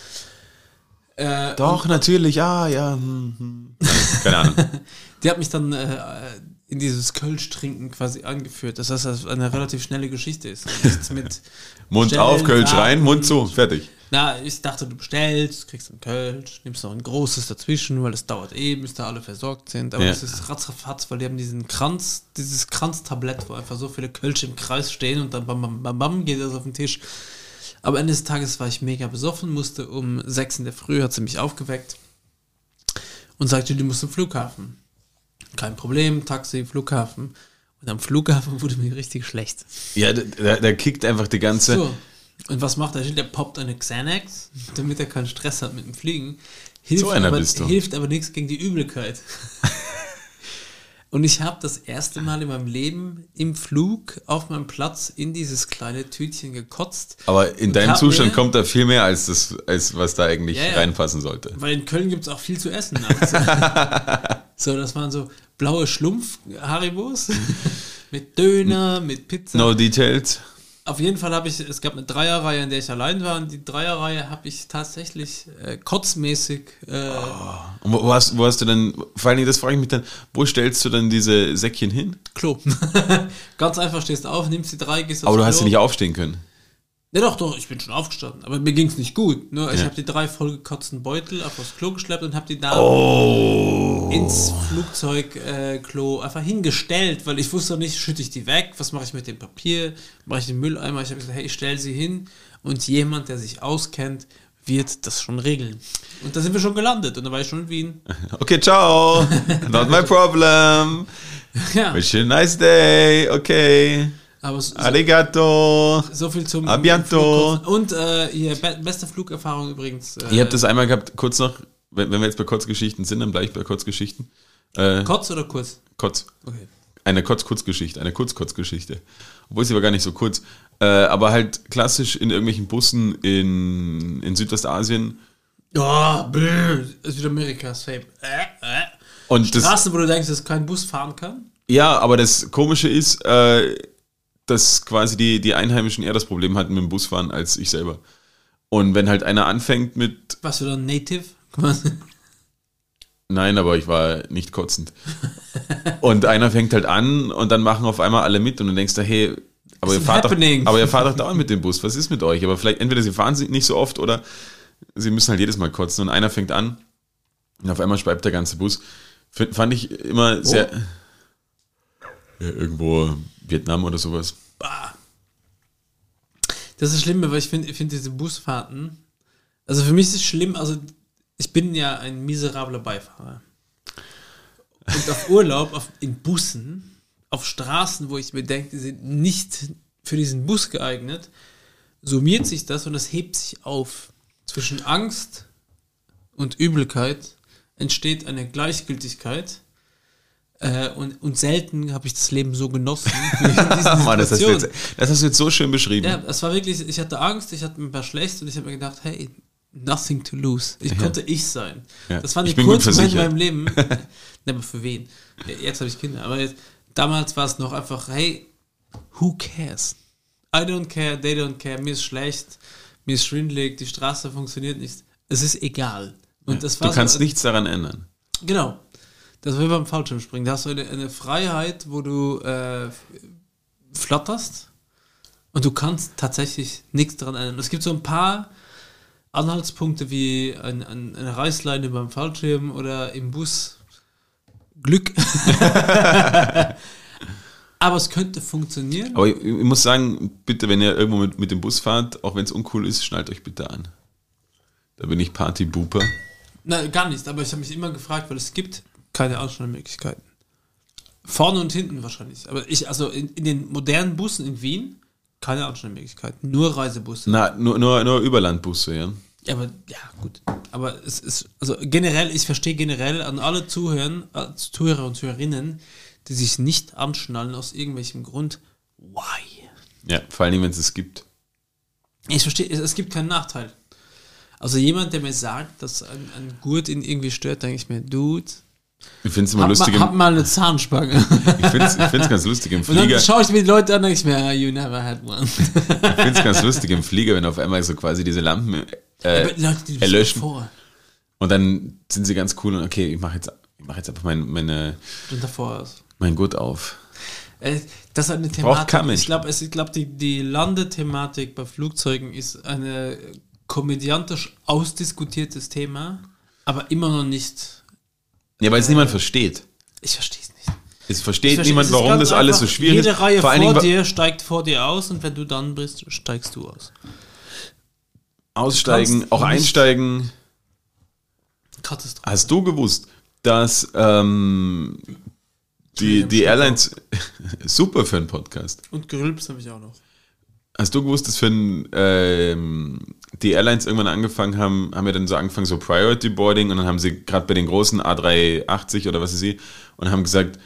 Äh, Doch, natürlich, ja, ja. hm, hm. Keine Ahnung. Die hat mich dann äh, in dieses Kölsch-Trinken quasi angeführt. Das heißt, dass es eine relativ schnelle Geschichte ist. Nichts mit Mund Stellen, auf, Kölsch warten. rein, Mund zu, fertig. Na, ich dachte, du bestellst, kriegst einen Kölsch, nimmst noch ein großes dazwischen, weil es dauert eh, bis da alle versorgt sind. Aber Ja. es ist ratzfatz, weil die haben diesen Kranz, dieses Kranztablett, wo einfach so viele Kölsch im Kreis stehen und dann bam, bam, bam, bam, geht das auf den Tisch. Aber Ende des Tages war ich mega besoffen, musste um sechs in der Früh, hat sie mich aufgeweckt und sagte, du musst zum Flughafen. Kein Problem, Taxi, Flughafen. Und am Flughafen wurde mir richtig schlecht. Ja, der, der kickt einfach die ganze. So. Und was macht der Schild? Der poppt eine Xanax, damit er keinen Stress hat mit dem Fliegen. Hilft, So einer aber, bist du. hilft aber nichts gegen die Übelkeit. Und ich habe das erste Mal in meinem Leben im Flug auf meinem Platz in dieses kleine Tütchen gekotzt. Aber in Und deinem hab Zustand mir- kommt da viel mehr, als, das, als was da eigentlich Ja, ja. reinpassen sollte. Weil in Köln gibt es auch viel zu essen nachts. So, das waren so blaue Schlumpf-Haribos mit Döner, mit Pizza. No details. Auf jeden Fall habe ich, es gab eine Dreierreihe, in der ich allein war, und die Dreierreihe habe ich tatsächlich äh, kotzmäßig. Äh, Und wo, wo, hast, wo hast du denn, vor allen Dingen, das frage ich mich dann, wo stellst du dann diese Säckchen hin? Klo. Ganz einfach, stehst auf, nimmst die drei, gehst aufs Aber du Klo. hast ja nicht aufstehen können. Ja doch, doch, ich bin schon aufgestanden, aber mir ging es nicht gut. Nur ich Ja. habe die drei vollgekotzten Beutel auf das Klo geschleppt und habe die da Oh. ins Flugzeugklo äh, Klo einfach hingestellt, weil ich wusste nicht, schütte ich die weg, was mache ich mit dem Papier, mache ich den Mülleimer, ich habe gesagt, hey, ich stelle sie hin und jemand, der sich auskennt, wird das schon regeln. Und da sind wir schon gelandet und da war ich schon in Wien. Okay, ciao. Not my problem. Ja, Wish you a nice day. Okay. aber so, Arigato. so viel zum A bientôt. Flugkotzen. Und äh, ihr be beste Flugerfahrung übrigens. Äh, Ich habe das einmal gehabt, kurz noch, wenn, wenn wir jetzt bei Kurzgeschichten sind, dann bleibe ich bei Kurzgeschichten. Äh, Kotz oder kurz? Kotz. Okay. Eine Kurz-Kurzgeschichte, eine Kurz-Kurzgeschichte. Obwohl sie war gar nicht so kurz. Äh, aber halt klassisch in irgendwelchen Bussen in, in Südwestasien. Oh, bäh. Südamerika, safe. Äh, äh. Und das, Straßen, wo du denkst, dass kein Bus fahren kann? ja, aber das Komische ist, äh, dass quasi die, die Einheimischen eher das Problem hatten mit dem Busfahren als ich selber. Und wenn halt einer anfängt mit, Warst du dann Native? Quasi. nein, aber ich war nicht kotzend. Und einer fängt halt an und dann machen auf einmal alle mit und du denkst da, hey, aber ihr, It's fahrt doch, happening. aber ihr fahrt doch dauernd mit dem Bus, was ist mit euch? Aber vielleicht entweder sie fahren sie nicht so oft oder sie müssen halt jedes Mal kotzen und einer fängt an und auf einmal speibt der ganze Bus. F- fand ich immer sehr... Ja, irgendwo Vietnam oder sowas. Das ist das Schlimme, weil ich finde, ich find diese Busfahrten, also für mich ist es schlimm, also ich bin ja ein miserabler Beifahrer. Und auf Urlaub, auf, in Bussen, auf Straßen, wo ich mir denke, die sind nicht für diesen Bus geeignet, summiert sich das und das hebt sich auf. Zwischen Angst und Übelkeit entsteht eine Gleichgültigkeit. Äh, und, und selten habe ich das Leben so genossen wie in diesen Mann, das, hast du Situationen. jetzt, das hast du jetzt so schön beschrieben. Ja, das war wirklich, ich hatte Angst, ich hatte ein paar schlecht und ich habe mir gedacht, hey, nothing to lose. Ich Ja. konnte ich sein. Ja. Das waren Ich die bin gut kurzen Momente in versichert. meinem Leben. Ne, aber für wen? Jetzt habe ich Kinder. Aber jetzt, damals war es noch einfach, hey, who cares? I don't care, they don't care, mir ist schlecht, mir ist schwindelig, die Straße funktioniert nicht. Es ist egal. Und Ja. das war Du kannst so, nichts daran ändern. Genau. Das war wie beim Fallschirmspringen. Da hast du eine, eine Freiheit, wo du äh, flatterst und du kannst tatsächlich nichts daran ändern. Es gibt so ein paar Anhaltspunkte wie ein, ein, eine Reißleine beim Fallschirm oder im Bus. Glück. Aber es könnte funktionieren. Aber ich, ich muss sagen, bitte, wenn ihr irgendwo mit, mit dem Bus fahrt, auch wenn es uncool ist, schnallt euch bitte an. Da bin ich Party-Booper. Nein, gar nicht. Aber ich habe mich immer gefragt, weil es gibt keine Ausschnallmöglichkeiten. Vorne und hinten wahrscheinlich. Aber ich, also in, in den modernen Bussen in Wien, keine Ausschnallmöglichkeiten. Nur Reisebusse. Na, nur, nur, nur Überlandbusse, ja. Ja, aber ja, gut. Aber es ist, also generell, ich verstehe generell an alle Zuhören, äh, Zuhörer und Zuhörerinnen, die sich nicht anschnallen aus irgendwelchem Grund. Why? Ja, vor allem, wenn es es gibt. Ich verstehe, es, es gibt keinen Nachteil. Also jemand, der mir sagt, dass ein, ein Gurt ihn irgendwie stört, denke ich mir, Dude, Ich finde es immer hab, lustig. ma, Im, hab mal eine Zahnspange. ich finde es ich find's ganz lustig im Und dann Flieger. schaue ich mir die Leute an und denke ich mir, ah, you never had one. Ich finde es ganz lustig im Flieger, wenn auf einmal so quasi diese Lampen äh, Aber Leute, die erlöschen. davor. Und dann sind sie ganz cool und okay, ich mache jetzt, ich mach jetzt einfach mein, meine, Und davor aus. mein Gurt auf. Äh, Das ist eine Braucht Thematik. kein Mensch. Ich glaube, ich glaub, die, die Landethematik bei Flugzeugen ist ein komödiantisch ausdiskutiertes Thema, aber immer noch nicht. Ja, weil es niemand versteht. Ich verstehe es nicht. Es versteht Ich versteh- niemand, es ist warum ganz das alles so einfach, schwierig ist. Jede Reihe Vor vor, allen Dingen, wa- dir steigt vor dir aus und wenn du dann bist, steigst du aus. aussteigen, kannst auch nicht- einsteigen. Katastrophe. Hast du gewusst, dass ähm, die, die Airlines, super für einen Podcast, Und Gerülps habe ich auch noch. hast du gewusst, dass für ein, ähm, die Airlines irgendwann angefangen haben, haben ja dann so angefangen, so Priority Boarding und dann haben sie gerade bei den großen A drei achtzig oder was ist sie und haben gesagt,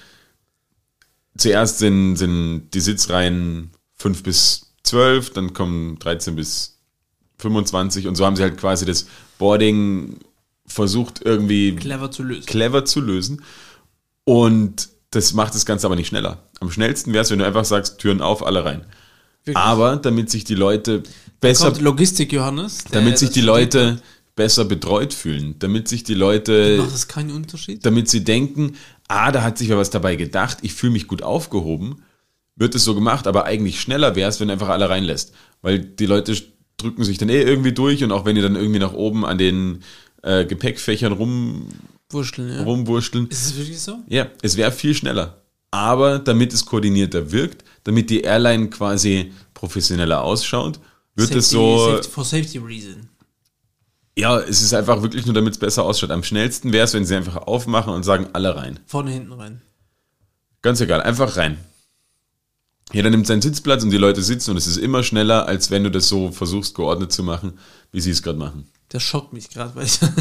zuerst sind, sind die Sitzreihen fünf bis zwölf, dann kommen dreizehn bis fünfundzwanzig und so haben sie halt quasi das Boarding versucht irgendwie Clever zu lösen. clever zu lösen und das macht das Ganze aber nicht schneller. Am schnellsten wäre es, wenn du einfach sagst, Türen auf, alle rein. Wirklich. Aber damit sich die Leute besser, Kommt Logistik Johannes. der damit sich das die studiert Leute hat. besser betreut fühlen, damit sich die Leute, Macht das keinen Unterschied? damit sie denken, ah, da hat sich ja was dabei gedacht, ich fühle mich gut aufgehoben, wird es so gemacht, aber eigentlich schneller wäre es, wenn du einfach alle reinlässt. Weil die Leute drücken sich dann eh irgendwie durch und auch wenn die dann irgendwie nach oben an den äh, Gepäckfächern rum, Wurschteln, ja. rumwurschteln, Ist es wirklich so? ja, es wäre viel schneller. Aber damit es koordinierter wirkt, damit die Airline quasi professioneller ausschaut, wird Safety, es so, Safety, for safety reason. ja, es ist einfach wirklich nur, damit es besser ausschaut. Am schnellsten wäre es, wenn sie einfach aufmachen und sagen, alle rein. Vorne, hinten rein. Ganz egal, einfach rein. Jeder nimmt seinen Sitzplatz und die Leute sitzen und es ist immer schneller, als wenn du das so versuchst, geordnet zu machen, wie sie es gerade machen. Das schockt mich gerade, weil ich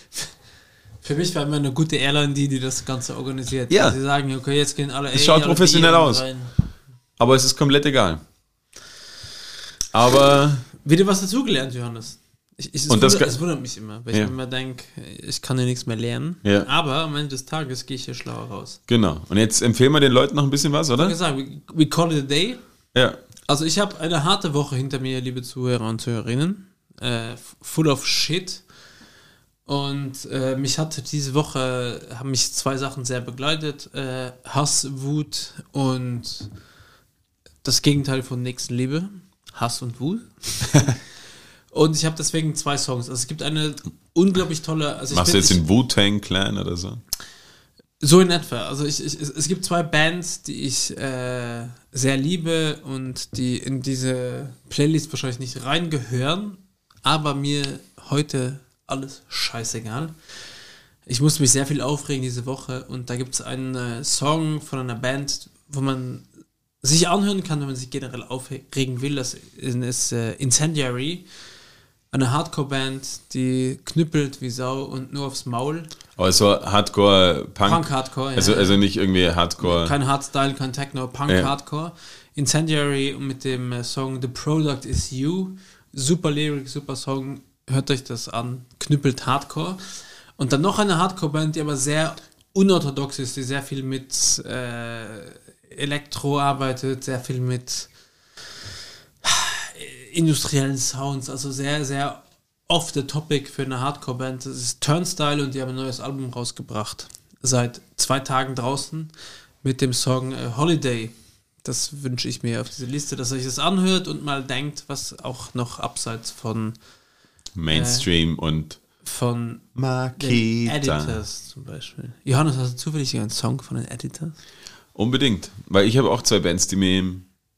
für mich war immer eine gute Airline die, die das Ganze organisiert. Ja. Sie sagen, okay, jetzt gehen alle Es schaut alle professionell Bier aus. rein. Aber es ist komplett egal. Aber Wieder was dazugelernt, Johannes. Ich, ich, es, Und das wundert, kann- es wundert mich immer, weil Ja. ich mir immer denke, ich kann ja nichts mehr lernen. Ja. Aber am Ende des Tages gehe ich hier schlauer raus. genau. Und jetzt empfehlen wir den Leuten noch ein bisschen was, Ich oder? kann sagen, we, we call it a day. Ja. Also ich habe eine harte Woche hinter mir, liebe Zuhörer und Zuhörerinnen. Äh, full of shit. Und äh, mich hat diese Woche, haben mich zwei Sachen sehr begleitet. Äh, Hass, Wut und das Gegenteil von Nächstenliebe. Hass und Wut. Und ich habe deswegen zwei Songs. Also es gibt eine unglaublich tolle... Also ich Machst du bin- jetzt ich, den Wu-Tang Clan oder so? So in etwa. Also ich, ich, es gibt zwei Bands, die ich äh, sehr liebe und die in diese Playlist wahrscheinlich nicht reingehören, aber mir heute alles scheißegal. Ich musste mich sehr viel aufregen diese Woche und da gibt es einen äh, Song von einer Band, wo man sich anhören kann, wenn man sich generell aufregen will. Das ist äh, Incendiary, eine Hardcore-Band, die knüppelt wie Sau und nur aufs Maul. Also Hardcore, Punk. Punk-Hardcore, ja. Also, also nicht irgendwie Hardcore. Kein Hardstyle, kein Techno, Punk-Hardcore. Ja. Incendiary mit dem äh, Song The Product Is You. Super Lyric, super Song. Hört euch das an. Knüppelt Hardcore. Und dann noch eine Hardcore-Band, die aber sehr unorthodox ist, die sehr viel mit äh, Elektro arbeitet, sehr viel mit industriellen Sounds, also sehr, sehr off the topic für eine Hardcore-Band. Das ist Turnstile und die haben ein neues Album rausgebracht. Seit zwei Tagen draußen mit dem Song äh, Holiday. Das wünsche ich mir auf diese Liste, dass ihr euch das anhört und mal denkt, was auch noch abseits von Mainstream äh, und von Makita. den Editors zum Beispiel. Johannes, hast du zufällig einen Song von den Editors? Unbedingt, weil ich habe auch zwei Bands, die mir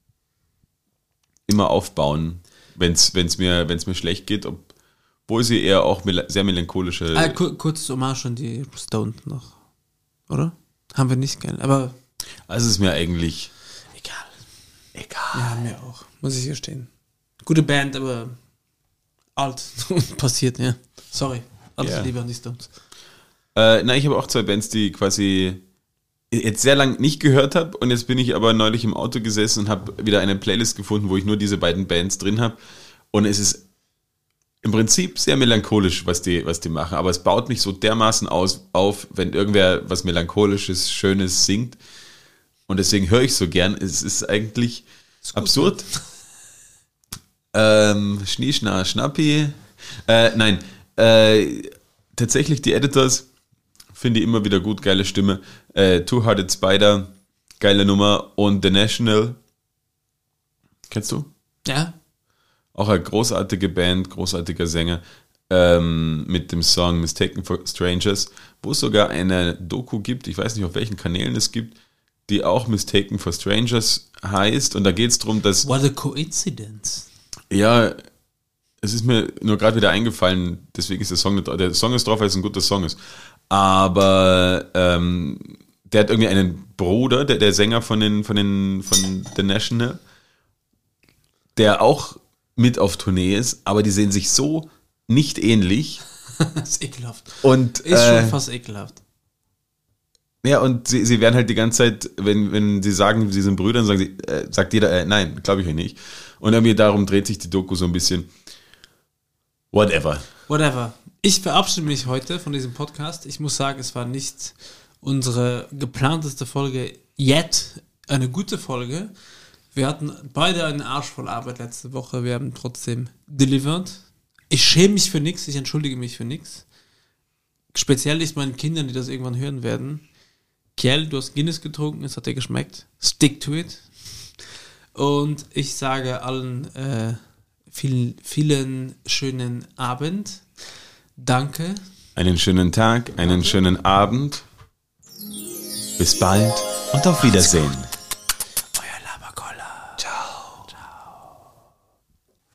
immer aufbauen, wenn es mir, wenn's mir schlecht geht, obwohl sie eher auch mel- sehr melancholische... Ah, kur- kurz Hommage an die Stoned noch, oder? Haben wir nicht gerne, aber... Also ist mir eigentlich... Egal. Egal. Ja, mir auch, muss ich gestehen. Gute Band, aber alt und passiert, ja. Sorry, alles yeah. Liebe an die Stones. Äh, nein, ich habe auch zwei Bands, die quasi... jetzt sehr lange nicht gehört habe und jetzt bin ich aber neulich im Auto gesessen und habe wieder eine Playlist gefunden, wo ich nur diese beiden Bands drin habe und es ist im Prinzip sehr melancholisch, was die, was die machen, aber es baut mich so dermaßen aus, auf, wenn irgendwer was Melancholisches, Schönes singt und deswegen höre ich so gern. Es ist eigentlich ist absurd. ähm, Schnie, Schna, Schnappi. Äh, nein, äh, tatsächlich die Editors finde ich immer wieder gut, geile Stimme. Äh, Two-Hearted Spider, geile Nummer. Und The National, kennst du? Ja. Auch eine großartige Band, großartiger Sänger, ähm, mit dem Song Mistaken for Strangers, wo es sogar eine Doku gibt, ich weiß nicht, auf welchen Kanälen es gibt, die auch Mistaken for Strangers heißt. Und da geht es darum, dass... What a coincidence. Ja, es ist mir nur gerade wieder eingefallen, deswegen ist der Song nicht... Der Song ist drauf, weil es ein guter Song ist. Aber ähm, der hat irgendwie einen Bruder, der, der Sänger von den, von den von The National, der auch mit auf Tournee ist, aber die sehen sich so nicht ähnlich. Das ist ekelhaft. Und, ist äh, schon fast ekelhaft. Ja, und sie, sie werden halt die ganze Zeit, wenn, wenn sie sagen, sie sind Brüder, dann sagen sie, äh, sagt jeder, äh, nein, glaube ich ja nicht. Und irgendwie darum dreht sich die Doku so ein bisschen. Whatever. Whatever. Ich verabschiede mich heute von diesem Podcast. Ich muss sagen, es war nicht unsere geplanteste Folge yet. Eine gute Folge. Wir hatten beide einen Arsch voll Arbeit letzte Woche. Wir haben trotzdem delivered. Ich schäme mich für nichts. Ich entschuldige mich für nichts. Speziell nicht meinen Kindern, die das irgendwann hören werden. Kerl, du hast Guinness getrunken. Es hat dir geschmeckt. Stick to it. Und ich sage allen äh, vielen, vielen schönen Abend. Danke. Einen schönen Tag, einen schönen Abend. Bis bald und auf Wiedersehen.